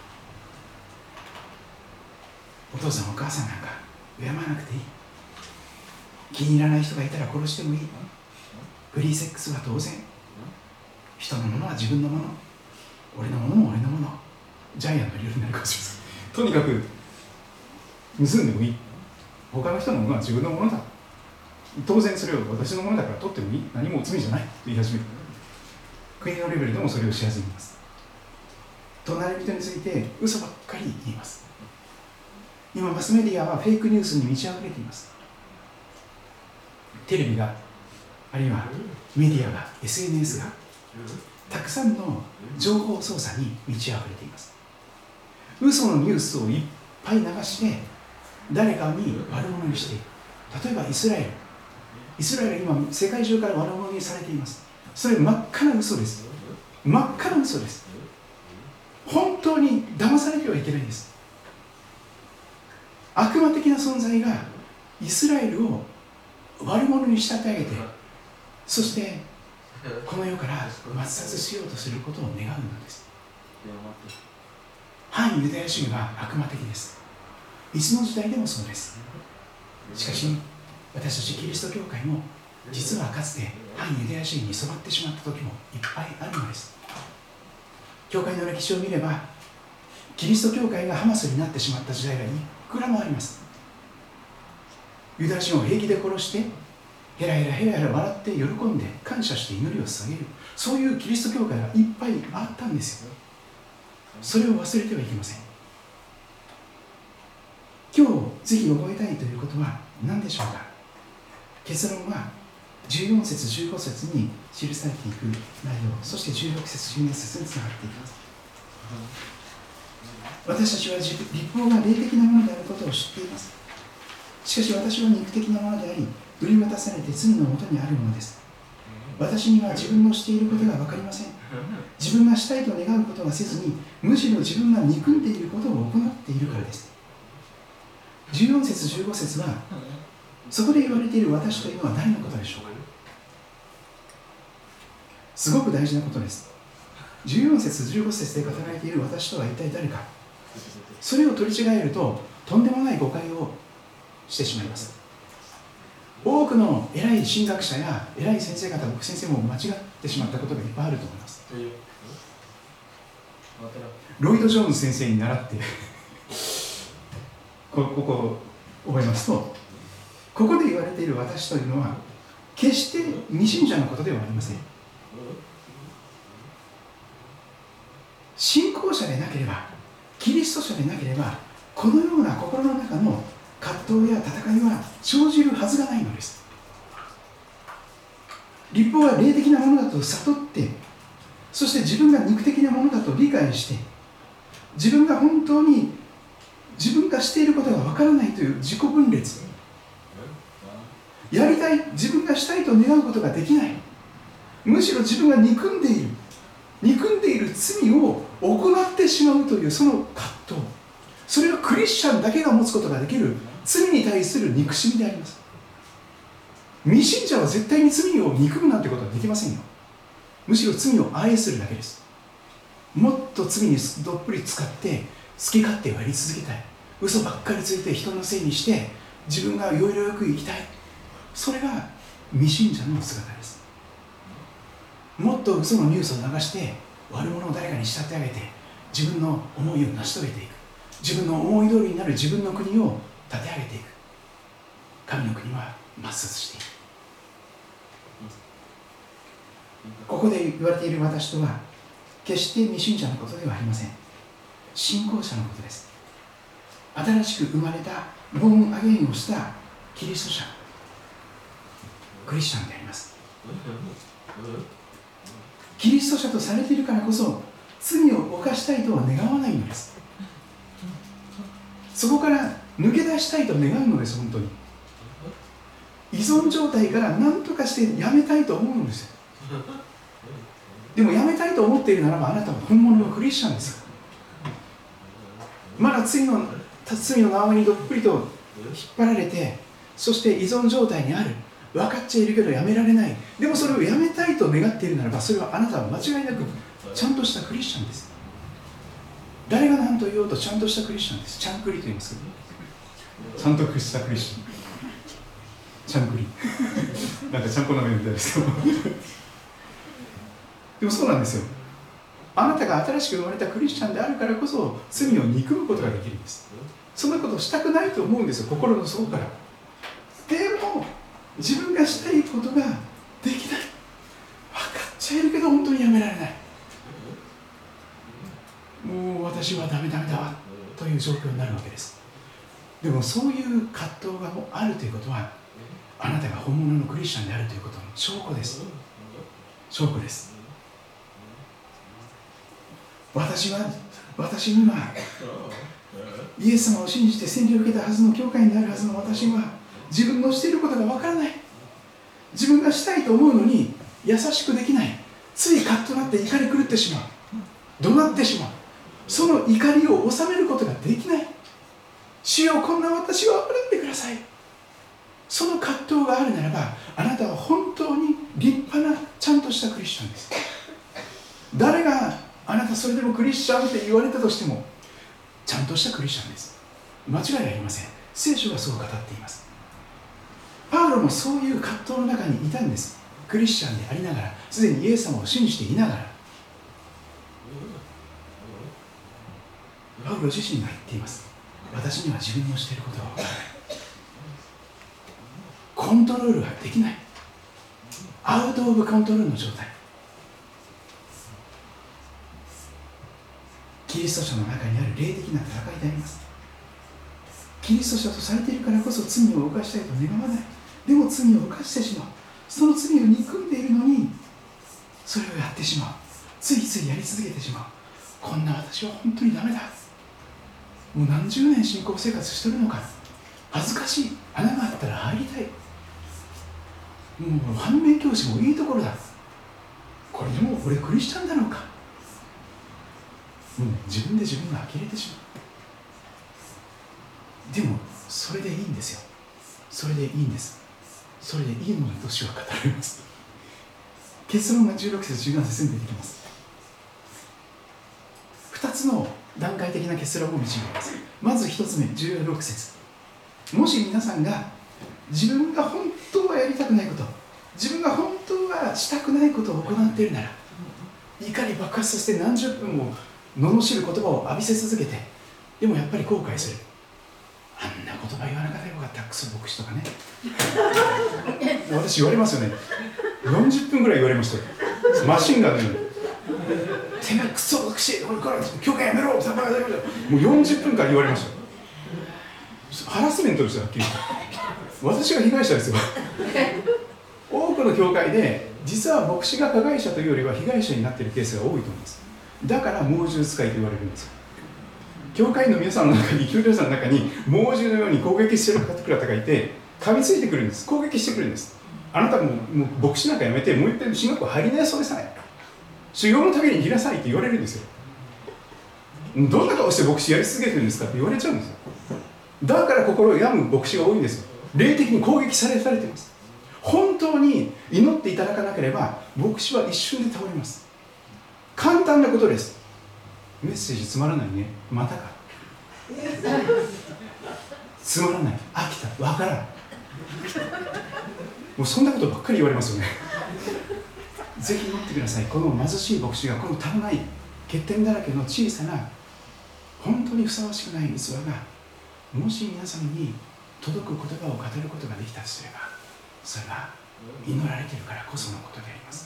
お父さんお母さんなんか敬わなくていい、気に入らない人がいたら殺してもいい、フリーセックスは当然、人のものは自分のもの、俺のものも俺のもの、ジャイアンの理由になるかもしれません。とにかく盗んでもいい、他の人のものは自分のものだ、当然それを私のものだから取ってもいい、何も罪じゃないと言い始める。国のレベルでもそれをし始めます。隣人について嘘ばっかり言います。今マスメディアはフェイクニュースに満ち溢れています。テレビが、あるいはメディアが、 SNS がたくさんの情報操作に満ち溢れています。嘘のニュースをいっぱい流して誰かに悪者にしている。例えばイスラエルは今世界中から悪者にされています。それ真っ赤な嘘です。真っ赤な嘘です。本当に騙されてはいけないんです。悪魔的な存在がイスラエルを悪者に仕立て上げて、そしてこの世から抹殺しようとすることを願うのです。反ユダヤ主義は悪魔的です。いつの時代でもそうです。しかし私たちキリスト教会も実はかつて反ユダヤ主義に染まってしまった時もいっぱいあるのです。教会の歴史を見れば、キリスト教会がハマスになってしまった時代がいくらもあります。ユダヤ人を平気で殺してヘラヘラ笑って喜んで感謝して祈りを捧げる、そういうキリスト教会がいっぱいあったんですよ。それを忘れてはいけません。今日ぜひ覚えたいということは何でしょうか。結論は14節15節に記されていく内容、そして16節17節につながっていきます。私たちは立法が霊的なものであることを知っています。しかし私は肉的なものであり、売り渡されて罪のもとにあるものです。私には自分のしていることが分かりません。自分がしたいと願うことはせずに、むしろ自分が憎んでいることを行っているからです。14節15節はそこで言われている私というのは誰のことでしょうか。 すごく大事なことです。14節15節で語られている私とは一体誰か、それを取り違えるととんでもない誤解をしてしまいます。多くの偉い神学者や偉い先生方、僕先生も間違ってしまったことがいっぱいあると思います。ロイド・ジョーンズ先生に習ってここを覚えますと、ここで言われている私というのは決して未信者のことではありません。信仰者でなければ、キリスト者でなければ、このような心の中の葛藤や戦いは生じるはずがないのです。律法は霊的なものだと悟って、そして自分が肉的なものだと理解して、自分が本当に自分がしていることがわからないという自己分裂、やりたい、自分がしたいと願うことができない、むしろ自分が憎んでいる罪を行ってしまうというその葛藤、それはクリスチャンだけが持つことができる罪に対する憎しみであります。未信者は絶対に罪を憎むなんてことはできませんよ。むしろ罪を愛するだけです。もっと罪にどっぷり使って好き勝手をやり続けたい、嘘ばっかりついて人のせいにして自分がよいろよく生きたい、それが未信者の姿です。もっと嘘のニュースを流して悪者を誰かに仕立て上げて自分の思いを成し遂げていく、自分の思い通りになる自分の国を立て上げていく。神の国は抹殺していく。ここで言われている私とは決して未信者のことではありません。信仰者のことです。新しく生まれたボーンアゲインをしたキリスト者、クリスチャンであります。キリスト者とされているからこそ罪を犯したいとは願わないのです。そこから抜け出したいと願うのです。本当に依存状態から何とかしてやめたいと思うんですよ。でもやめたいと思っているならば、あなたは本物のクリスチャンですよ。まだ罪の縄にどっぷりと引っ張られて、そして依存状態にある、分かっちゃいるけどやめられない、でもそれをやめたいと願っているならば、それはあなたは間違いなくちゃんとしたクリスチャンです。誰が何と言おうとちゃんとしたクリスチャンです。ちゃんクリと言いますけど、ちゃんとしたクリスチャン、ちゃんクリなんかちゃんこ鍋みたいですけどでもそうなんですよ。あなたが新しく生まれたクリスチャンであるからこそ罪を憎むことができるんです。そんなことをしたくないと思うんですよ、心の底から。でも自分がしたいことができない、分かっちゃいるけど本当にやめられない、もう私はダメだわという状況になるわけです。でもそういう葛藤があるということは、あなたが本物のクリスチャンであるということの証拠です。証拠です。私にはイエス様を信じて洗礼を受けたはずの教会になるはずの私は自分のしていることがわからない、自分がしたいと思うのに優しくできない、ついカッとなって怒り狂ってしまう、怒鳴ってしまう、その怒りを収めることができない。主よ、こんな私を憐れんでください。その葛藤があるならば、あなたは本当に立派なちゃんとしたクリスチャンです。誰があなたそれでもクリスチャンって言われたとしても、ちゃんとしたクリスチャンです。間違いありません。聖書がそう語っています。パウロもそういう葛藤の中にいたんです。クリスチャンでありながら、すでにイエス様を信じていながら。パウロ自身が言っています。私には自分のしていることが分からない、コントロールができない、アウトオブコントロールの状態。キリスト者の中にある霊的な戦いであります。キリスト者とされているからこそ罪を犯したいと願わない。でも罪を犯してしまう。その罪を憎んでいるのにそれをやってしまう。ついついやり続けてしまう。こんな私は本当にダメだ、もう何十年信仰生活してるのか、恥ずかしい、穴があったら入りたい、もう反面教師もいいところだ、これでも俺クリスチャンだろうか、もう自分で自分が呆れてしまう。でもそれでいいんですよ。それでいいんです。それでいいのにと主は語られます。 結論が16節17節に出てきます。2つの段階的な結論を導きます。まず1つ目、16節。もし皆さんが自分が本当はやりたくないこと、自分が本当はしたくないことを行っているなら、怒り爆発させて何十分も罵る言葉を浴びせ続けて、でもやっぱり後悔する。あんな言葉言わなかったらよかった、クソ牧師とかね。私言われますよね。40分ぐらい言われましたよ。マシンガンのように。てめえクソ牧師、俺から教会やめろ、もう40分間言われました。ハラスメントですよ、はっきり言って。私が被害者ですよ。多くの教会で実は牧師が加害者というよりは被害者になっているケースが多いと思います。だから猛獣使いと言われるんですよ。教会の皆さんの中に、教領者の中に猛獣のように攻撃している方々がいて、噛みついてくるんです。攻撃してくるんです。あなたもう牧師なんかやめて、もう一回進学校入りなさい、修行のために生きなさいって言われるんですよ。どんな顔して牧師やり続けてるんですかって言われちゃうんですよ。だから心を病む牧師が多いんですよ。霊的に攻撃されています。本当に祈っていただかなければ牧師は一瞬で倒れます。簡単なことです。メッセージつまらないね、またか。つまらない、飽きた、わからない。もうそんなことばっかり言われますよね。ぜひ祈ってください。この貧しい牧師がこの足らない欠点だらけの小さな本当にふさわしくない器がもし皆さんに届く言葉を語ることができたとすれば、それは祈られているからこそのことであります。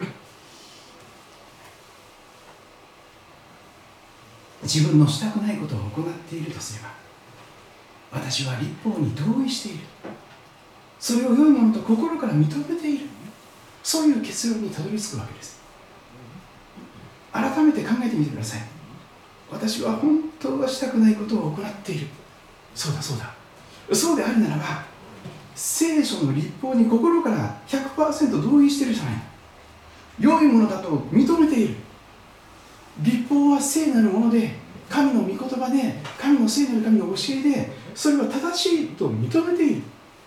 自分のしたくないことを行っているとすれば、私は律法に同意している、それを良いものと心から認めている、そういう結論にたどり着くわけです。改めて考えてみてください。私は本当はしたくないことを行っている。そうだそうだ、そうであるならば聖書の律法に心から 100% 同意しているじゃない。良いものだと認めている。律法は聖なるもので、神の御言葉で、神の聖なる神の教えで、それは正しいと認めている。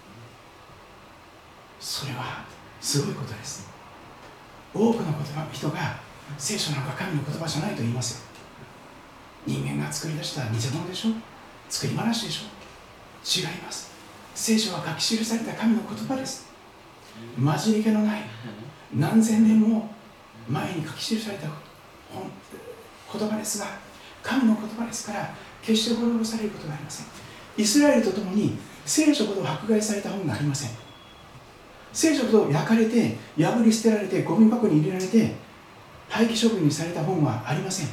それはすごいことです。多くの人が聖書なんか神の言葉じゃないと言いますよ。人間が作り出した偽物でしょ、作り話でしょ。違います。聖書は書き記された神の言葉です。混じり気のない何千年も前に書き記された言葉ですが、神の言葉ですから決して滅ぼされることがありません。イスラエルとともに聖書ほど迫害された本がありません。聖書ほど焼かれて破り捨てられてゴミ箱に入れられて廃棄処分にされた本はありません。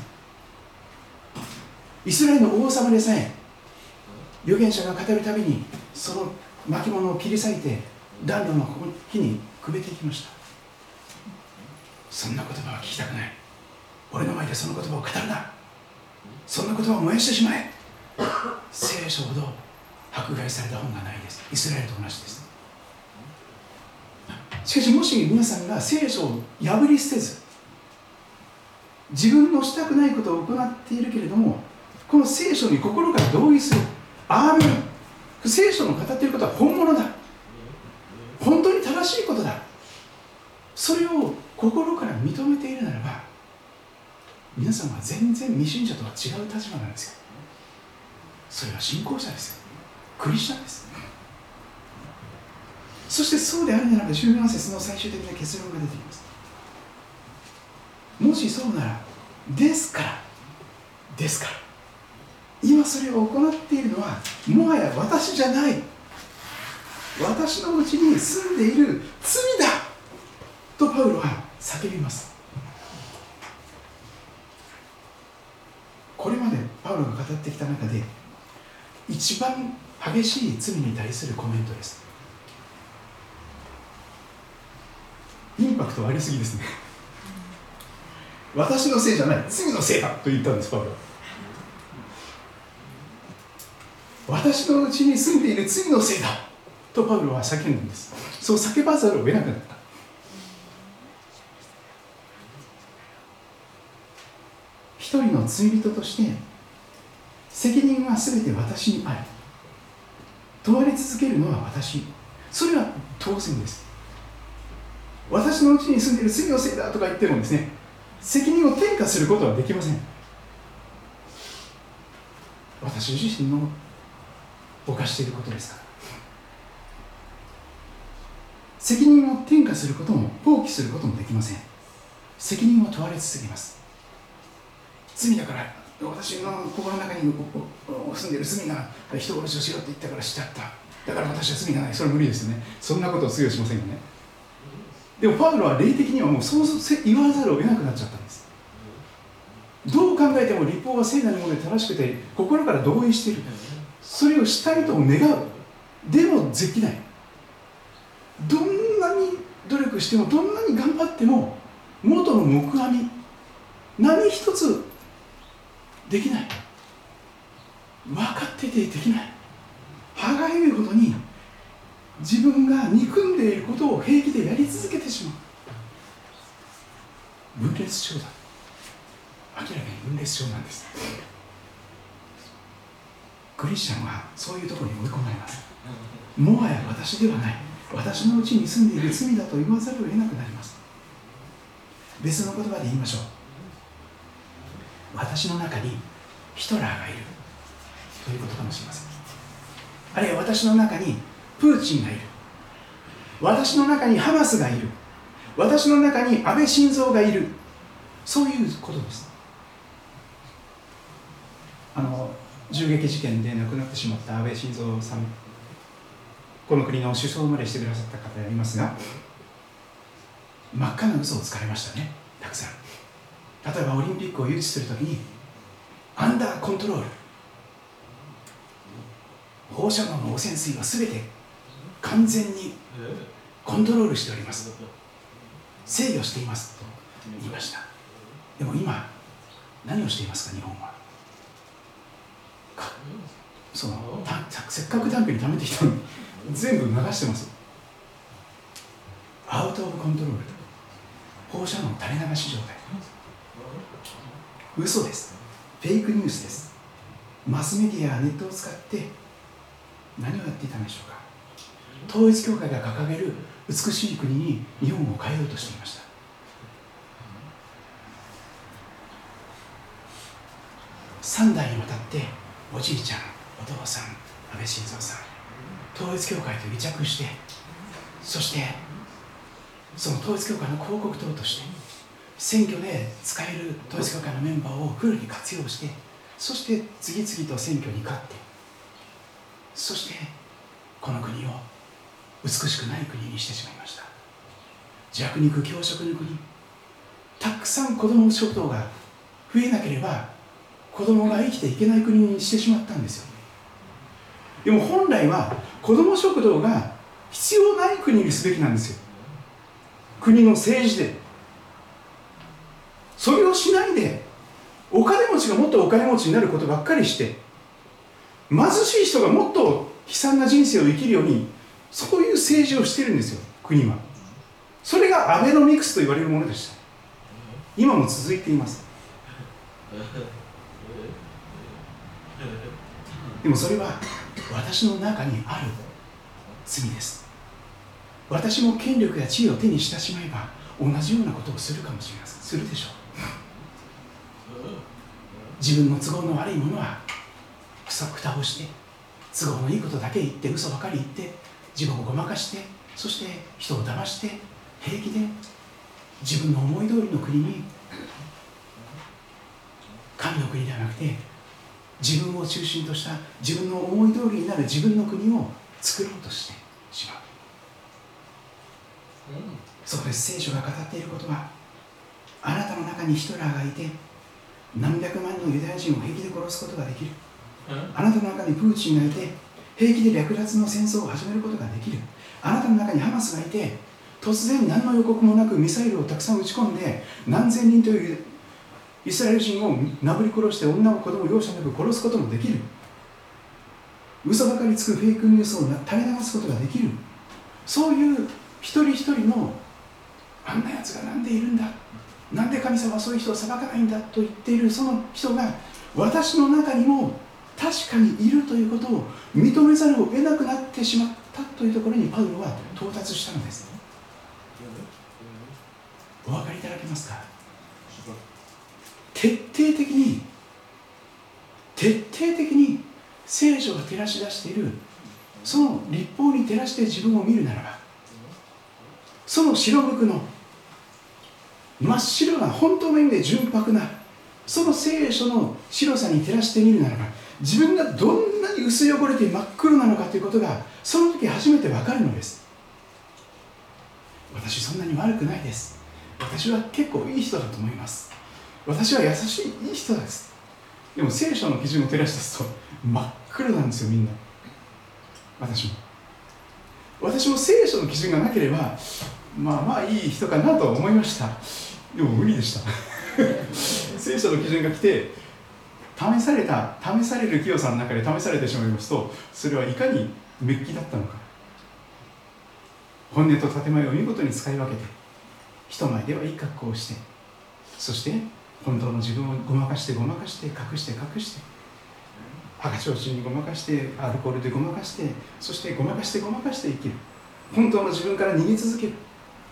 イスラエルの王様でさえ預言者が語るたびにその巻物を切り裂いて暖炉の火にくべていきました。そんな言葉は聞きたくない。俺の前でその言葉を語るな。そんな言葉を燃やしてしまえ。聖書ほど迫害された本がないです。イスラエルと同じです。しかしもし皆さんが聖書を破り捨てず、自分のしたくないことを行っているけれども、この聖書に心から同意する。アーメン。聖書の語っていることは本物だ。本当に正しいことだ。それを心から認めているならば、皆さんは全然未信者とは違う立場なんですよ。それは信仰者ですよ。クリスチャンです。そしてそうであるならば17節の最終的な結論が出ています。もしそうなら、ですから今それを行っているのはもはや私じゃない、私のうちに住んでいる罪だとパウロは叫びます。これまでパウロが語ってきた中で一番激しい罪に対するコメントです。インパクトありすぎですね。私のせいじゃない、罪のせいだと言ったんです、パウロ。私のうちに住んでいる罪のせいだとパウロは叫んだんです。そう叫ばざるを得なくなった。一人の罪人として責任は全て私にある。問われ続けるのは私。それは当然です。 私のうちに住んでいる罪のせいだとか言ってもですね、責任を転嫁することはできません。私自身の犯していることですから。責任を転嫁することも放棄することもできません。責任を問われ続けます。罪だから、私の心の中に住んでいる罪が人殺しをしろって言ったからしちゃった、だから私は罪がない。それは無理ですよね。そんなことを通用しませんよね。でもパウロは霊的にはもうそう言わざるを得なくなっちゃったんです。どう考えても律法は聖なるもので正しくて心から同意している。それをしたいとも願う。でもできない。どんなに努力してもどんなに頑張っても元の木阿弥何一つできない。分かっててできない。歯がゆいほどに自分が憎んでいることを平気でやり続けてしまう。分裂症だ。明らかに分裂症なんです。クリスチャンはそういうところに追い込まれます。もはや私ではない、私のうちに住んでいる罪だと言わざるを得なくなります。別の言葉で言いましょう。私の中にヒトラーがいるということかもしれません。あるいは私の中にプーチンがいる、私の中にハマスがいる、私の中に安倍晋三がいる、そういうことです。銃撃事件で亡くなってしまった安倍晋三さん、この国の首相までしてくださった方がいますが、真っ赤な嘘をつかれましたね、たくさん。例えばオリンピックを誘致するときにアンダーコントロール、放射能の汚染水はすべて完全にコントロールしております、制御していますと言いました。でも今何をしていますか、日本は。そのせっかくタンクに溜めてきたのに全部流してます。アウト・オブ・コントロール、放射能垂れ流し状態、嘘です。フェイクニュースです。マスメディアやネットを使って何をやっていたのでしょうか。統一教会が掲げる美しい国に日本を変えようとしていました。3代にわたっておじいちゃん、お父さん、安倍晋三さん、統一教会と癒着して、そしてその統一教会の広告塔として選挙で使える統一教会のメンバーをフルに活用して、そして次々と選挙に勝って、そしてこの国を美しくない国にしてしまいました。弱肉強食の国、たくさん子ども食堂が増えなければ子どもが生きていけない国にしてしまったんですよ。でも本来は子ども食堂が必要ない国にすべきなんですよ、国の政治で。それをしないでお金持ちがもっとお金持ちになることばっかりして、貧しい人がもっと悲惨な人生を生きるように、そういう政治をしているんですよ、国は。それがアベノミクスと言われるものでした。今も続いています。でもそれは私の中にある罪です。私も権力や地位を手にしてしまえば同じようなことをするかもしれません。するでしょう。自分の都合の悪いものは蓋をして、都合のいいことだけ言って、嘘ばかり言って、自分をごまかして、そして人を騙して、平気で自分の思い通りの国に、神の国ではなくて自分を中心とした自分の思い通りになる自分の国を作ろうとしてしまう。そこで聖書が語っていることは、あなたの中にヒトラーがいて何百万のユダヤ人を平気で殺すことができる。あなたの中にプーチンがいて平気で略奪の戦争を始めることができる。あなたの中にハマスがいて突然何の予告もなくミサイルをたくさん撃ち込んで何千人というイスラエル人を殴り殺して女も子供を容赦なく殺すこともできる。嘘ばかりつくフェイクニュースを垂れ流すことができる。そういう一人一人のあんなやつがなんでいるんだ、なんで神様はそういう人を裁かないんだと言っているその人が私の中にも確かにいるということを認めざるを得なくなってしまったというところにパウロは到達したのです。 お分かりいただけますか？徹底的に聖書が照らし出しているその律法に照らして自分を見るならば、その白無垢の真っ白な本当の意味で純白なその聖書の白さに照らしてみるならば、自分がどんなに薄汚れて真っ黒なのかということがその時初めて分かるのです。私そんなに悪くないです。私は結構いい人だと思います。私は優しいいい人です。でも聖書の基準を照らし出すと真っ黒なんですよ、みんな。私も聖書の基準がなければまあいい人かなと思いました。でも無理でした聖書の基準が来て試される清さの中で試されてしまいますと、それはいかにめっきだったのか。本音と建前を見事に使い分けて、人前ではいい格好をして、そして本当の自分をごまかして隠して赤ちょうちんにごまかして、アルコールでごまかして、そしてごまかして生きる。本当の自分から逃げ続ける。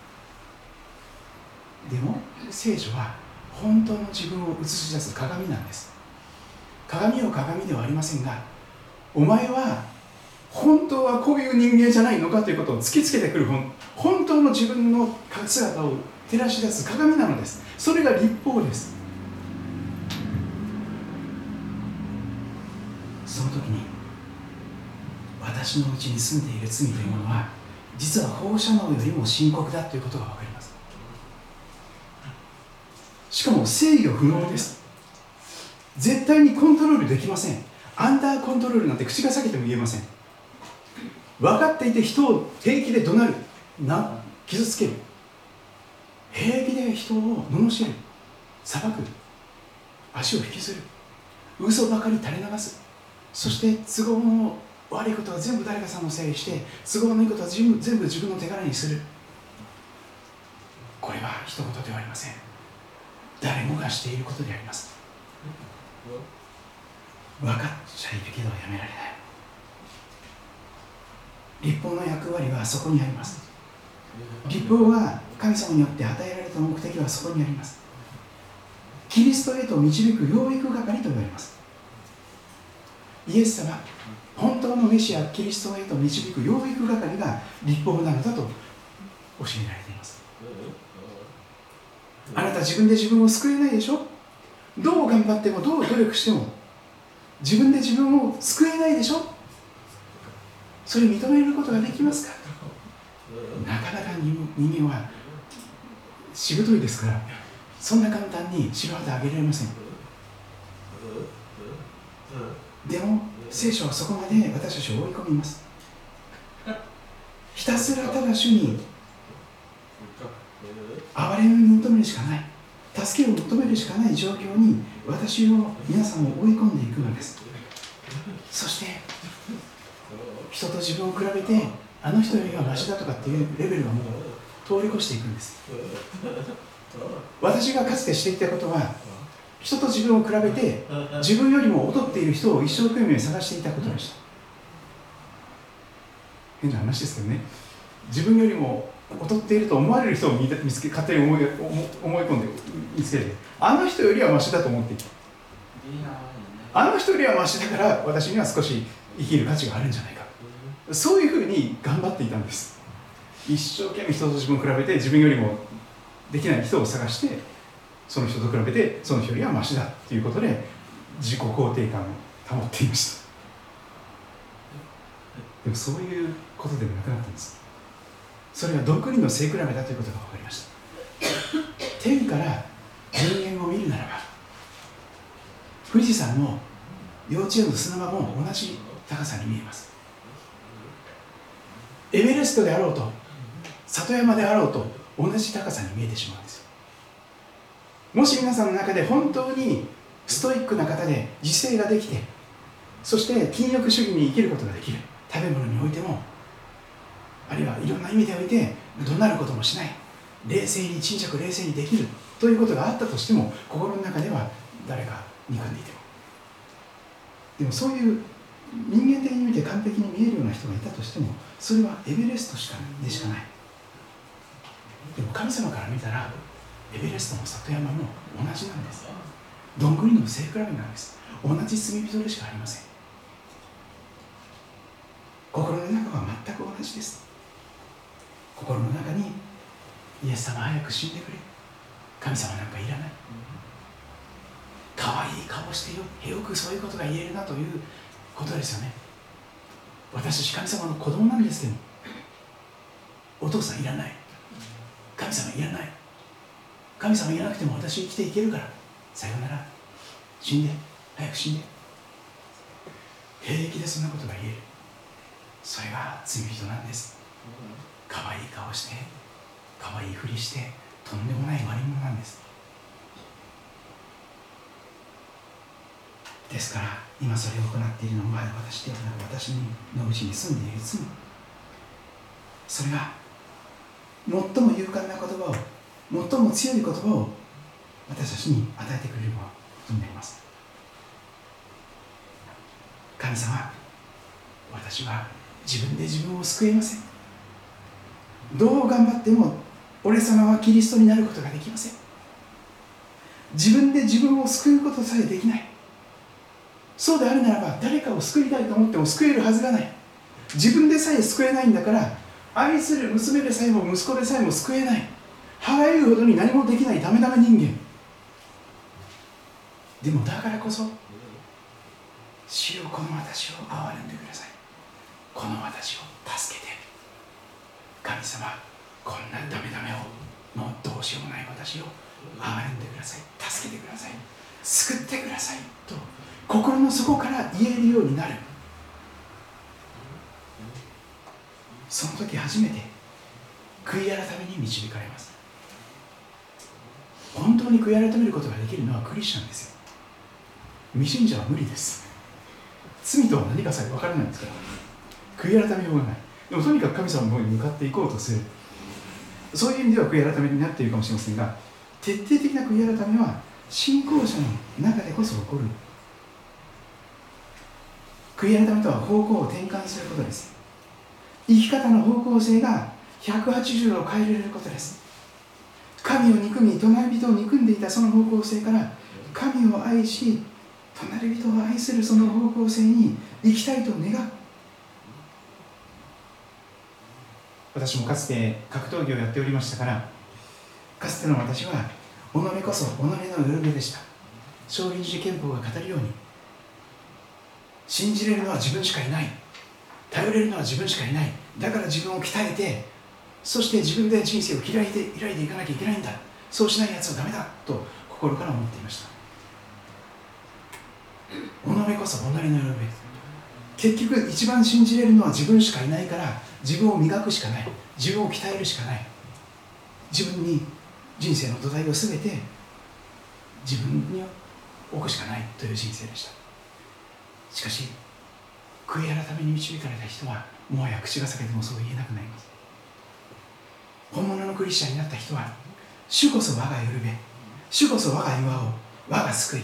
でも聖書は本当の自分を映し出す鏡なんです。鏡を鏡ではありませんが、お前は本当はこういう人間じゃないのかということを突きつけてくる本当の自分の姿を照らし出す鏡なのです。それが律法です。その時に私のうちに住んでいる罪というものは実は放射能よりも深刻だということが分かります。しかも制御不能です。絶対にコントロールできません。アンダーコントロールなんて口が裂けても言えません。分かっていて人を平気で怒鳴る、傷つける、平気で人を罵る、裁く、足を引きずる、嘘ばかり垂れ流す、そして都合の悪いことは全部誰かさんのせいにして、都合のいいことは全部自分の手柄にする。これは一言ではありません。誰もがしていることであります。分かっちゃいるけどやめられない。律法の役割はそこにあります。律法は神様によって与えられた目的はそこにあります。キリストへと導く養育係と言われます。イエス様、本当のメシアキリストへと導く養育係が律法なのだと教えられています。あなた自分で自分を救えないでしょ。どう頑張ってもどう努力しても自分で自分を救えないでしょ。それ認めることができますか？なかなか人間はしぶといですから、そんな簡単に白旗あげられません。でも聖書はそこまで私たちを追い込みます。ひたすらただ主に憐れみを求めるしかない、助けを求めるしかない状況に皆さんを追い込んでいくのです。そして人と自分を比べてあの人よりはマシだとかっていうレベルはもう通り越していくんです。私がかつてしていたことは、人と自分を比べて自分よりも劣っている人を一生懸命探していたことでした。変な話ですけどね、自分よりも劣っていると思われる人を勝手に思い込んで見つけて、あの人よりはマシだと思っていた。あの人よりはマシだから私には少し生きる価値があるんじゃないか、そういうふうに頑張っていたんです。一生懸命人と自分を比べて自分よりもできない人を探して、その人と比べてその人よりはマシだということで自己肯定感を保っていました。でもそういうことでもなくなったんです。それは毒理の背比べだということが分かりました。天から人間を見るならば、富士山も幼稚園の砂場も同じ高さに見えます。エベレストであろうと里山であろうと同じ高さに見えてしまうんですよ。もし皆さんの中で本当にストイックな方で自制ができて、そして禁欲主義に生きることができる、食べ物においてもあるいはいろんな意味でおいて怒鳴ることもしない、冷静に沈着冷静にできるということがあったとしても、心の中では誰か憎んでいても、でもそういう人間的に見て完璧に見えるような人がいたとしても、それはエベレストでしかない。でも神様から見たらエベレストも里山も同じなんです。どんぐりの背比べなんです。同じ罪人でしかありません。心の中は全く同じです。心の中にイエス様早く死んでくれ、神様なんかいらない、可愛い顔してよくそういうことが言えるなということですよね。私たち神様の子供なんですけど、お父さんいらない、神様いらない、神様いらなくても私生きていけるから、さようなら、死んで、早く死んで、平気でそんなことが言える。それが罪人なんです。可愛い顔して、可愛いふりして、とんでもない悪者なんです。ですから今それを行っているのは私ではなく、私のうちに住んでいる罪。それが最も勇敢な言葉を、最も強い言葉を私たちに与えてくれることになります。神様、私は自分で自分を救えません。どう頑張っても俺様はキリストになることができません。自分で自分を救うことさえできない。そうであるならば、誰かを救いたいと思っても救えるはずがない。自分でさえ救えないんだから、愛する娘でさえも息子でさえも救えない。歯がゆいほどに何もできないダメダメ人間。でもだからこそ、主よ、この私を憐れんでください。この私を助けて。神様、こんなダメダメをもうどうしようもない私を憐れんでください。助けてください。救ってくださいと心の底から言えるようになる。その時初めて悔い改めに導かれます。本当に悔い改めることができるのはクリスチャンですよ。未信者は無理です。罪とは何かさえ分からないんですから、悔い改めようがない。でもとにかく神様の方に向かっていこうとする。そういう意味では悔い改めになっているかもしれませんが、徹底的な悔い改めは信仰者の中でこそ起こる。悔い改めとは方向を転換することです。生き方の方向性が180度変えられることです。神を憎み隣人を憎んでいたその方向性から、神を愛し隣人を愛するその方向性に生きたいと願う。私もかつて格闘技をやっておりましたから、かつての私は己こそ己のよるべでした。少林寺拳法が語るように、信じれるのは自分しかいない、頼れるのは自分しかいない、だから自分を鍛えて、そして自分で人生を開いていかなきゃいけないんだ、そうしないやつはダメだと心から思っていました。己こそ己のよるべ。結局一番信じれるのは自分しかいないから、自分を磨くしかない、自分を鍛えるしかない、自分に人生の土台を全て自分に置くしかないという人生でした。しかし悔い改めに導かれた人はもはや口が裂けてもそう言えなくなります。本物のクリスチャンになった人は、主こそ我がよるべ、主こそ我が岩を、我が救い、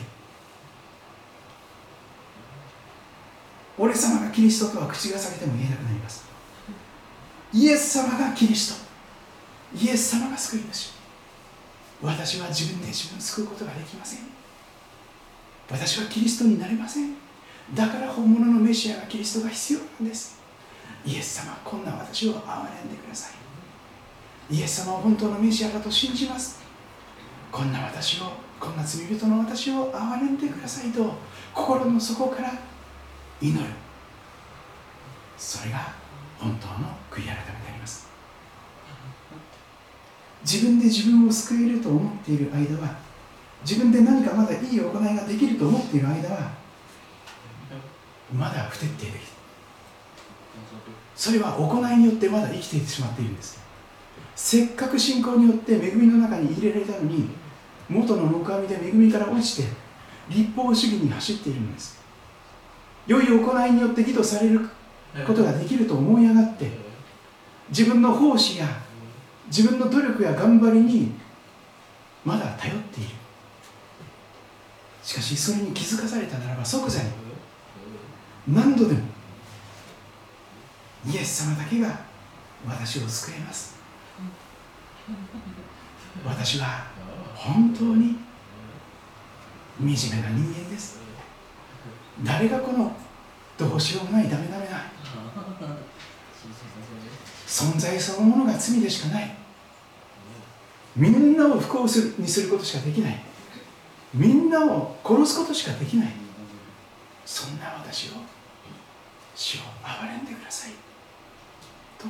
俺様がキリストとは口が裂けても言えなくなります。イエス様がキリスト、イエス様が救い主。私は自分で自分を救うことができません。私はキリストになれません。だから本物のメシアがキリストが必要なんです。イエス様、こんな私を憐れんでください。イエス様を本当のメシアだと信じます。こんな私を、こんな罪人の私を憐れんでくださいと心の底から祈る。それが本当の悔い改めであります。自分で自分を救えると思っている間は、自分で何かまだいい行いができると思っている間は、まだ不徹底的。それは行いによってまだ生きていってしまっているんです。せっかく信仰によって恵みの中に入れられたのに、元の木阿弥で恵みから落ちて立法主義に走っているのです。良い行いによって義とされることができると思い上がって、自分の奉仕や自分の努力や頑張りにまだ頼っている。しかしそれに気づかされたならば、即座に何度でもイエス様だけが私を救えます。 私は本当に惨めな人間です。誰がこのどうしようもないダメな存在そのものが罪でしかない。みんなを不幸にすることしかできない。みんなを殺すことしかできない。そんな私を主を憐れんでくださいと。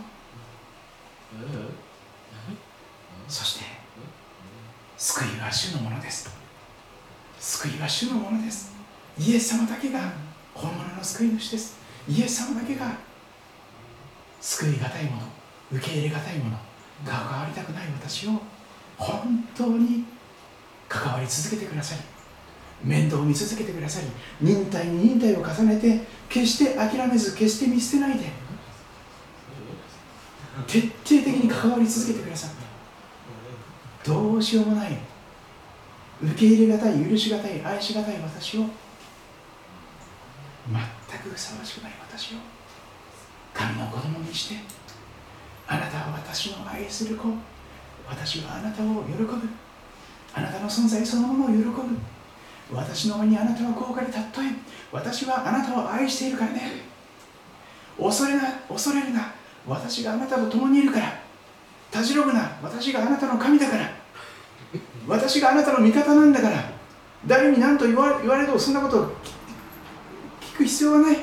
そして救いは主のものです。救いは主のものです。イエス様だけが本物の救い主です。イエス様だけが救いがたいもの、受け入れがたいもの、関わりたくない私を本当に関わり続けてくださり、面倒を見続けてくださり、忍耐に忍耐を重ねて、決して諦めず、決して見捨てないで、徹底的に関わり続けてくださった。どうしようもない、受け入れがたい、許しがたい、愛しがたい私を、全くふさわしくない私を神の子供にして、あなたは私の愛する子、私はあなたを喜ぶ、あなたの存在そのものを喜ぶ、私の上にあなたは高価に貴え、私はあなたを愛しているからね、恐れるな、私があなたと共にいるから、たじろぐな、私があなたの神だから、私があなたの味方なんだから、誰に何と言われどそんなことを聞く必要はない。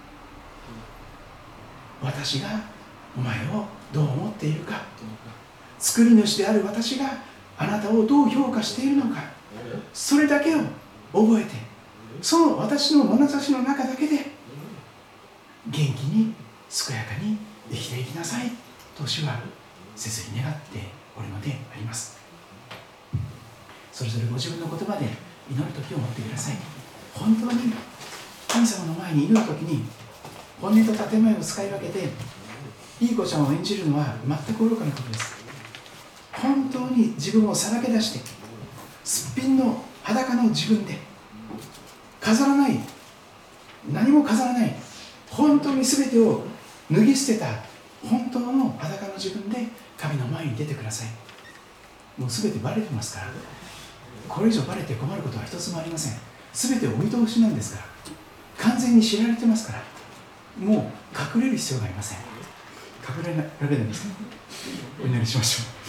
私がお前をどう思っているか、作り主である私があなたをどう評価しているのか、それだけを覚えて、その私の眼差しの中だけで元気に健やかに生きていきなさいと主は切に願っておるのであります。それぞれご自分の言葉で祈る時を持ってください。本当に神様の前に祈る時に本音と建前を使い分けていい子ちゃんを演じるのは全く愚かなことです。本当に自分をさらけ出して、すっぴんの裸の自分で、飾らない、何も飾らない、本当に全てを脱ぎ捨てた本当の裸の自分で神の前に出てください。もう全てバレてますから、これ以上バレて困ることは一つもありません。全てお見通しなんですから、完全に知られてますから、もう隠れる必要がありません。隠れられないんですか。お祈りしましょう。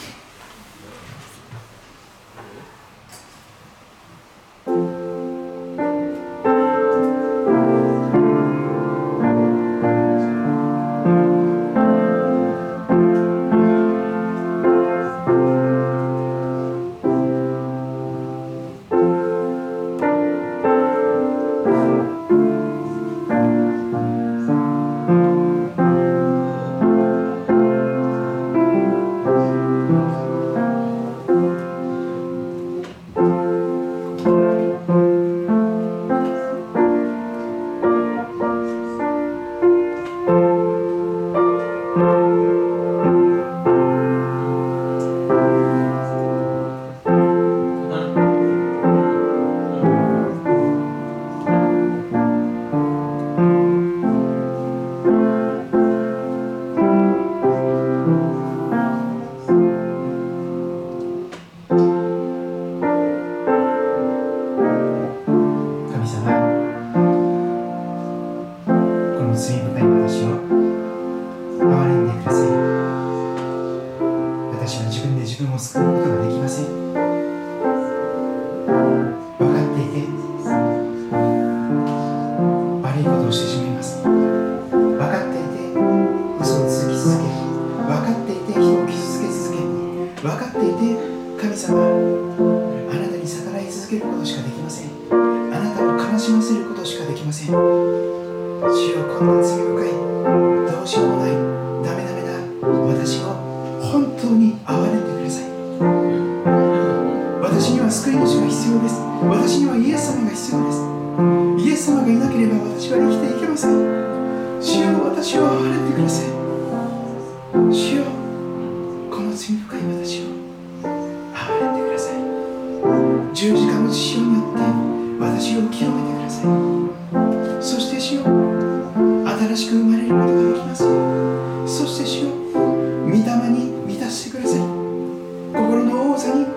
心の王座に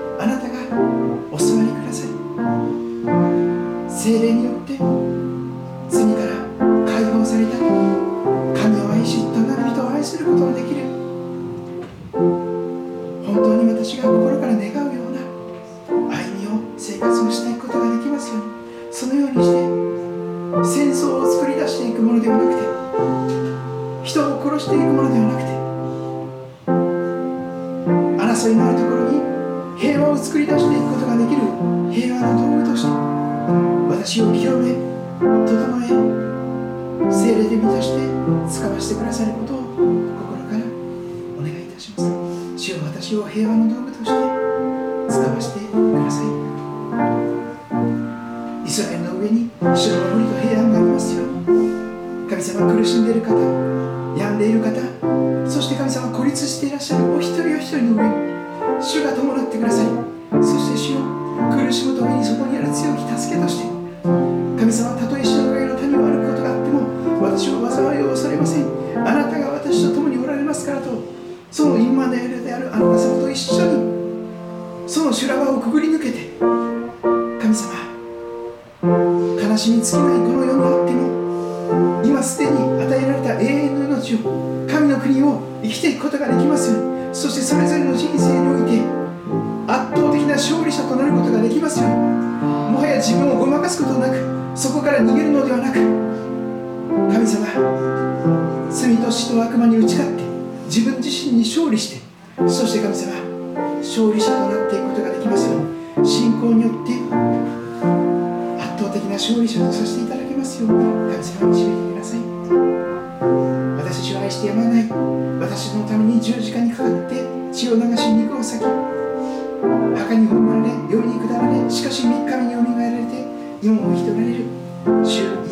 人を殺していくものではなくて、争いのあるところに平和を作り出していくことができる平和の道具として私を清め、整え、聖霊で満たして使わせてくださることを心からお願いいたします。主よ、私を平和の道具として使わせてください。イスラエルの上に主の守りと平安がありますように。神様、苦しんでいる方、病んでいる方、そして神様、孤立していらっしゃるお一人お一人の上に主が伴ってくださり、そして主よ、苦しむ時にそこにある強き助けとして神様、たとえ死の陰の谷を歩くことがあっても私は災いを恐れません。あなたが私と共におられますからと、そのインマネールであるあなた様と一緒にその修羅場をくぐり抜けて、神様、悲しみ尽きないこの世にあっても今すでに与えられた永遠の命を、神の国を生きていくことができますように。そしてそれぞれの人生において圧倒的な勝利者となることができますように。もはや自分をごまかすことなく、そこから逃げるのではなく、神様、罪と死と悪魔に打ち勝って自分自身に勝利して、そして神様、勝利者となっていくことができますように。信仰によって圧倒的な勝利者とさせていただきますように神様、導いてください。私たちを愛してやまない、私のために十字架にかかって血を流し肉を裂き、墓に葬られ、世に下られ、しかし3日目によみがえられて日本を引き取られる主